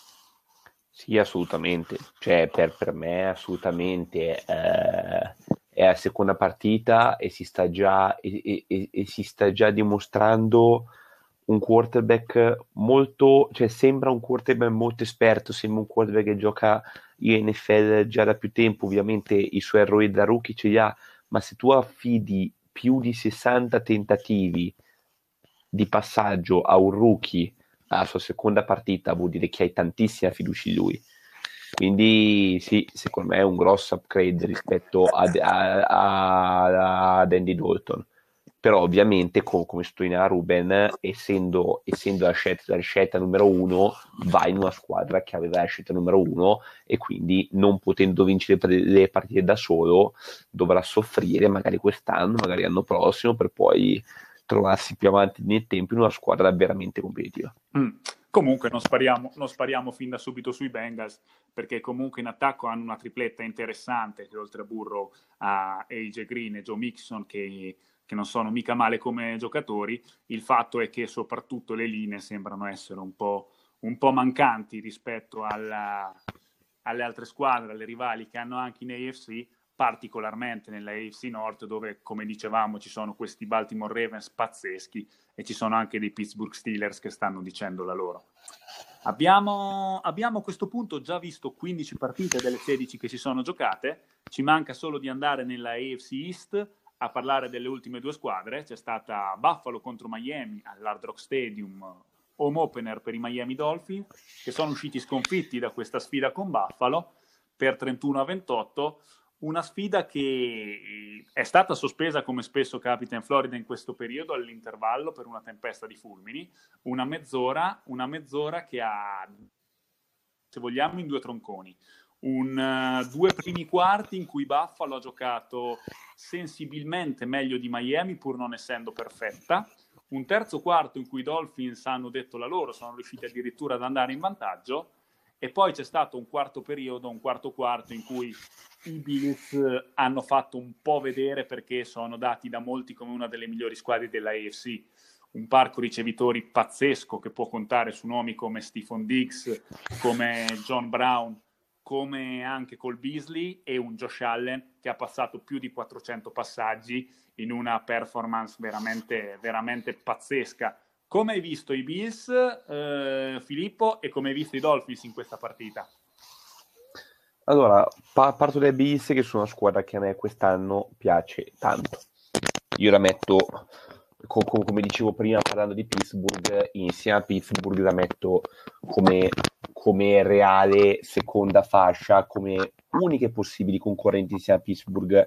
S3: Sì, assolutamente. Cioè, per me assolutamente. è la seconda partita e si sta già, e si sta già dimostrando un quarterback molto, cioè sembra un quarterback molto esperto, sembra un quarterback che gioca in NFL già da più tempo. Ovviamente i suoi errori da rookie ce li ha, ma se tu affidi più di 60 tentativi di passaggio a un rookie alla sua seconda partita, vuol dire che hai tantissima fiducia in lui. Quindi sì, secondo me è un grosso upgrade rispetto ad Andy Dalton. Però ovviamente, come sottolineava Ruben, essendo la scelta numero uno, vai in una squadra che aveva la scelta numero uno e quindi non potendo vincere le partite da solo dovrà soffrire magari quest'anno, magari l'anno prossimo, per poi trovarsi più avanti nel tempo in una squadra veramente competitiva.
S1: Comunque non spariamo fin da subito sui Bengals, perché comunque in attacco hanno una tripletta interessante, che oltre a Burrow ha AJ Green e Joe Mixon, che non sono mica male come giocatori. Il fatto è che soprattutto le linee sembrano essere un po' mancanti rispetto alle altre squadre, alle rivali che hanno anche in AFC, particolarmente nella AFC North, dove, come dicevamo, ci sono questi Baltimore Ravens pazzeschi e ci sono anche dei Pittsburgh Steelers che stanno dicendo la loro. Abbiamo a questo punto già visto 15 partite delle 16 che si sono giocate, ci manca solo di andare nella AFC East a parlare delle ultime due squadre. C'è stata Buffalo contro Miami all'Hard Rock Stadium, home opener per i Miami Dolphins, che sono usciti sconfitti da questa sfida con Buffalo per 31-28, una sfida che è stata sospesa, come spesso capita in Florida in questo periodo, all'intervallo per una tempesta di fulmini, una mezz'ora che ha, se vogliamo, in due tronconi. Due primi quarti in cui Buffalo ha giocato sensibilmente meglio di Miami, pur non essendo perfetta. Un terzo quarto in cui i Dolphins hanno detto la loro, sono riusciti addirittura ad andare in vantaggio, e poi c'è stato un quarto quarto in cui i Bills hanno fatto un po' vedere, perché sono dati da molti come una delle migliori squadre della AFC. Un parco ricevitori pazzesco che può contare su nomi come Stephon Diggs, come John Brown, come anche Cole Beasley, e un Josh Allen che ha passato più di 400 passaggi in una performance veramente, veramente pazzesca. Come hai visto i Bills, Filippo, e come hai visto i Dolphins in questa partita?
S3: Allora, parto dai Bills, che sono una squadra che a me quest'anno piace tanto. Io la metto, come dicevo prima parlando di Pittsburgh, insieme a Pittsburgh la metto come reale seconda fascia, come uniche possibili concorrenti insieme a Pittsburgh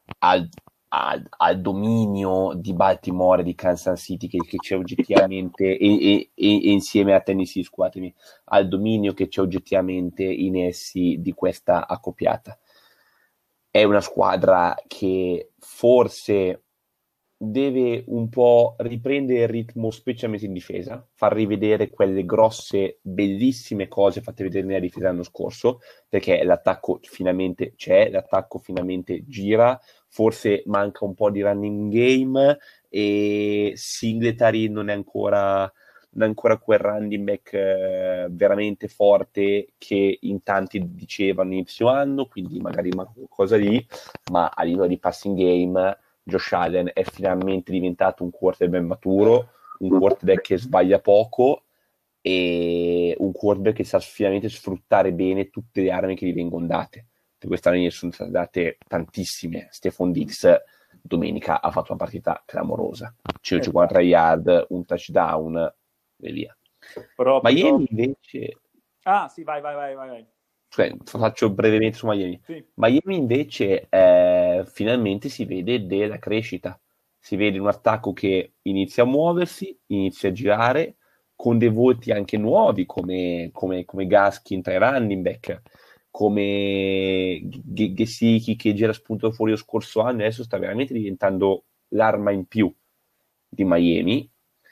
S3: al dominio di Baltimore e di Kansas City che c'è oggettivamente, e insieme a Tennessee, scusatemi, al dominio che c'è oggettivamente in essi di questa accoppiata. È una squadra che forse deve un po' riprendere il ritmo, specialmente in difesa, far rivedere quelle grosse, bellissime cose fatte vedere nella difesa l'anno scorso, perché l'attacco finalmente c'è, l'attacco finalmente gira, forse manca un po' di running game e Singletary non è ancora quel running back veramente forte che in tanti dicevano inizio anno, quindi magari manca qualcosa lì, ma a livello di passing game Josh Allen è finalmente diventato un quarterback maturo, un quarterback che sbaglia poco e un quarterback che sa finalmente sfruttare bene tutte le armi che gli vengono date. Per quest'anno ne sono state date tantissime. Stephon Diggs domenica ha fatto una partita clamorosa, 153 yard, un touchdown e via. Miami invece...
S1: Ah sì, vai.
S3: Cioè, faccio brevemente su Miami.
S1: Sì.
S3: Miami invece finalmente si vede della crescita, si vede un attacco che inizia a muoversi, inizia a girare, con dei volti anche nuovi come Gaskin tra i running back, come Gesicki che gira spunto fuori lo scorso anno, adesso sta veramente diventando l'arma in più di Miami,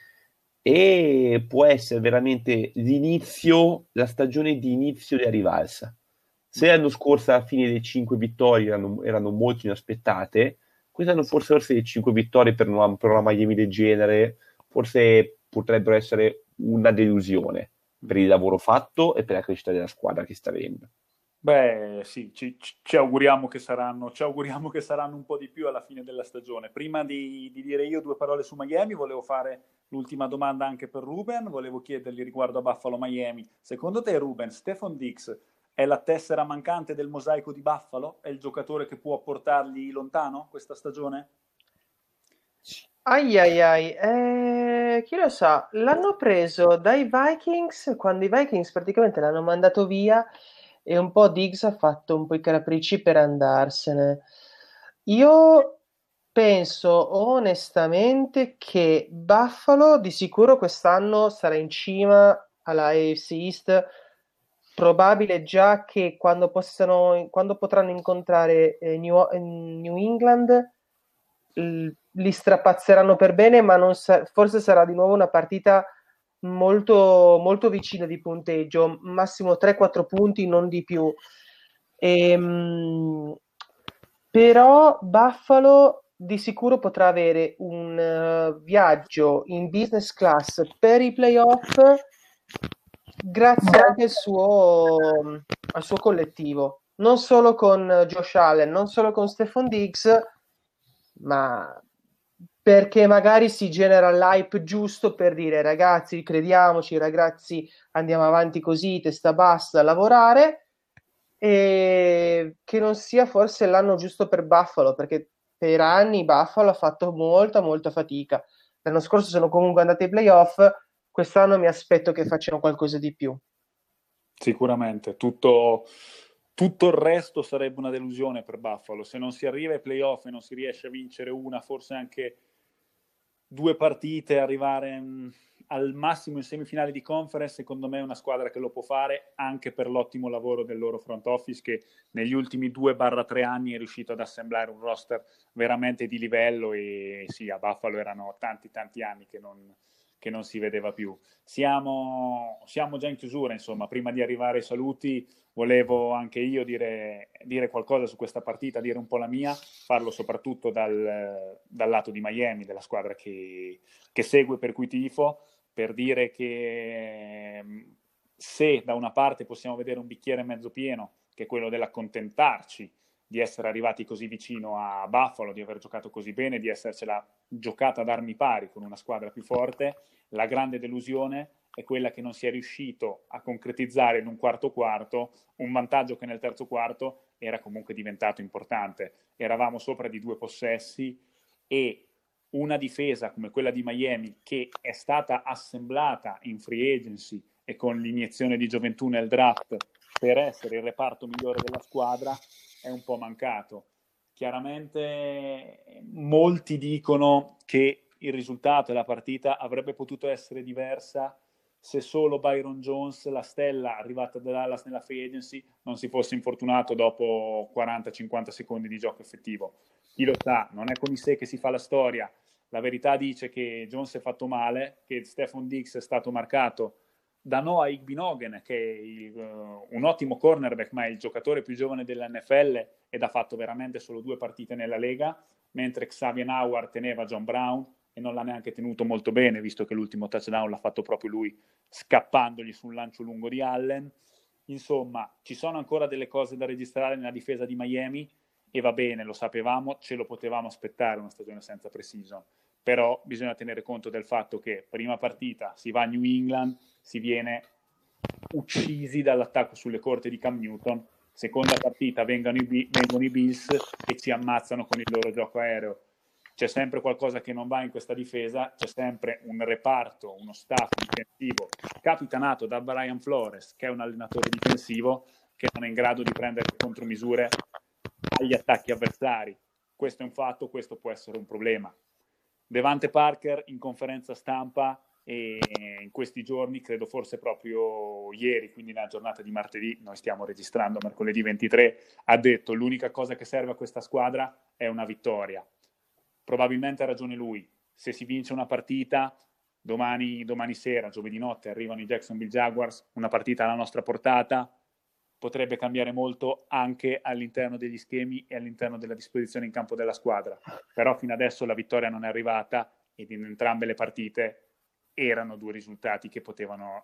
S3: e può essere veramente la stagione di inizio della rivalsa. Se l'anno scorso alla fine delle 5 vittorie erano molto inaspettate, quest'anno forse le 5 vittorie per una Miami del genere forse potrebbero essere una delusione per il lavoro fatto e per la crescita della squadra che sta avendo.
S1: Beh, sì, ci auguriamo ci auguriamo che saranno un po' di più alla fine della stagione. Prima di dire io due parole su Miami, volevo fare l'ultima domanda anche per Ruben, volevo chiedergli riguardo a Buffalo Miami. Secondo te, Ruben, Stephon Diggs è la tessera mancante del mosaico di Buffalo? È il giocatore che può portarli lontano questa stagione?
S2: Ai ai ai, chi lo sa, l'hanno preso dai Vikings quando i Vikings praticamente l'hanno mandato via e un po' Diggs ha fatto un po' i capricci per andarsene. Io penso onestamente che Buffalo di sicuro quest'anno sarà in cima alla AFC East, probabile già che quando potranno incontrare New England li strapazzeranno per bene, ma forse sarà di nuovo una partita molto, molto vicina di punteggio, massimo 3-4 punti, non di più. Ehm, Però Buffalo di sicuro potrà avere un viaggio in business class per i playoff grazie anche al suo collettivo, non solo con Josh Allen, non solo con Stephon Diggs, ma perché magari si genera l'hype giusto per dire ragazzi, crediamoci, ragazzi, andiamo avanti così, testa bassa, a lavorare, e che non sia forse l'anno giusto per Buffalo, perché per anni Buffalo ha fatto molta, molta fatica. L'anno scorso sono comunque andati ai playoff, quest'anno mi aspetto che facciano qualcosa di più.
S1: Sicuramente, tutto il resto sarebbe una delusione per Buffalo. Se non si arriva ai playoff e non si riesce a vincere una, forse anche due partite, arrivare al massimo in semifinale di conference, secondo me è una squadra che lo può fare anche per l'ottimo lavoro del loro front office che negli ultimi 2-3 anni è riuscito ad assemblare un roster veramente di livello e sì, a Buffalo erano tanti anni che non si vedeva più. Siamo già in chiusura, insomma, prima di arrivare ai saluti volevo anche io dire qualcosa su questa partita, dire un po' la mia, farlo soprattutto dal lato di Miami, della squadra che segue, per cui tifo, per dire che se da una parte possiamo vedere un bicchiere mezzo pieno, che è quello dell'accontentarci di essere arrivati così vicino a Buffalo, di aver giocato così bene, di essercela giocata ad armi pari con una squadra più forte, la grande delusione è quella che non si è riuscito a concretizzare in un quarto quarto un vantaggio che nel terzo quarto era comunque diventato importante. Eravamo sopra di 2 possessi e una difesa come quella di Miami che è stata assemblata in free agency e con l'iniezione di gioventù nel draft per essere il reparto migliore della squadra è un po' mancato. Chiaramente molti dicono che il risultato e la partita avrebbe potuto essere diversa se solo Byron Jones, la stella arrivata da Dallas nella free agency, non si fosse infortunato dopo 40-50 secondi di gioco effettivo. Chi lo sa, non è con i sé che si fa la storia. La verità dice che Jones è fatto male, che Stephon Diggs è stato marcato da Noah Igbinogen, che è un ottimo cornerback, ma è il giocatore più giovane dell'NFL ed ha fatto veramente solo 2 partite nella Lega, mentre Xavier Howard teneva John Brown e non l'ha neanche tenuto molto bene, visto che l'ultimo touchdown l'ha fatto proprio lui, scappandogli su un lancio lungo di Allen. Insomma, ci sono ancora delle cose da registrare nella difesa di Miami e va bene, lo sapevamo, ce lo potevamo aspettare una stagione senza pre-season, però bisogna tenere conto del fatto che prima partita si va a New England, si viene uccisi dall'attacco sulle corte di Cam Newton, seconda partita vengono i Bills e ci ammazzano con il loro gioco aereo. C'è sempre qualcosa che non va in questa difesa, c'è sempre un reparto, uno staff difensivo capitanato da Brian Flores, che è un allenatore difensivo che non è in grado di prendere contromisure agli attacchi avversari. Questo è un fatto, questo può essere un problema. Devante Parker in conferenza stampa e in questi giorni, credo forse proprio ieri, quindi nella giornata di martedì, noi stiamo registrando mercoledì 23, ha detto l'unica cosa che serve a questa squadra è una vittoria. Probabilmente ha ragione lui. Se si vince una partita, domani sera, giovedì notte, arrivano i Jacksonville Jaguars, una partita alla nostra portata, potrebbe cambiare molto anche all'interno degli schemi e all'interno della disposizione in campo della squadra. Però fino adesso la vittoria non è arrivata ed in entrambe le partite erano 2 risultati che potevano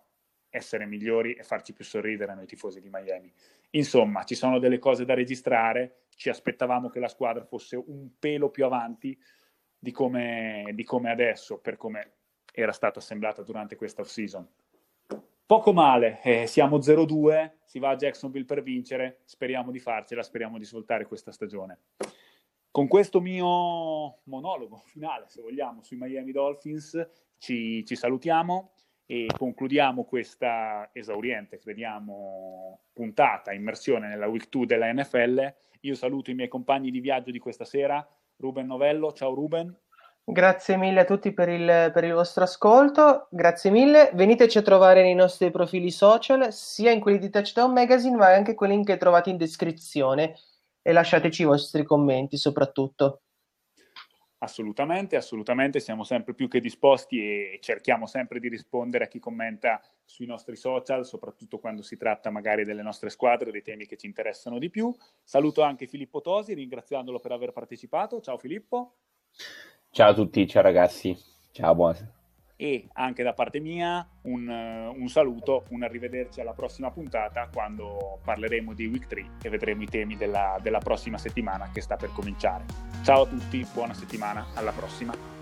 S1: essere migliori e farci più sorridere noi tifosi di Miami. Insomma, ci sono delle cose da registrare, ci aspettavamo che la squadra fosse un pelo più avanti di come adesso, per come era stata assemblata durante questa off-season. Poco male, siamo 0-2, si va a Jacksonville per vincere, speriamo di farcela, speriamo di svoltare questa stagione. Con questo mio monologo finale, se vogliamo, sui Miami Dolphins, ci salutiamo e concludiamo questa esauriente, crediamo, puntata, immersione nella Week 2 della NFL. Io saluto i miei compagni di viaggio di questa sera, Ruben Novello. Ciao Ruben.
S2: Grazie mille a tutti per il vostro ascolto, grazie mille, veniteci a trovare nei nostri profili social, sia in quelli di Touchdown Magazine, ma anche quelli che trovate in descrizione, e lasciateci i vostri commenti soprattutto.
S1: Assolutamente, siamo sempre più che disposti e cerchiamo sempre di rispondere a chi commenta sui nostri social, soprattutto quando si tratta magari delle nostre squadre, dei temi che ci interessano di più. Saluto anche Filippo Tosi, ringraziandolo per aver partecipato. Ciao Filippo.
S3: Ciao a tutti, ciao ragazzi, ciao, buonasera.
S1: E anche da parte mia un saluto, un arrivederci alla prossima puntata, quando parleremo di Week 3 e vedremo i temi della prossima settimana che sta per cominciare. Ciao a tutti, buona settimana, alla prossima.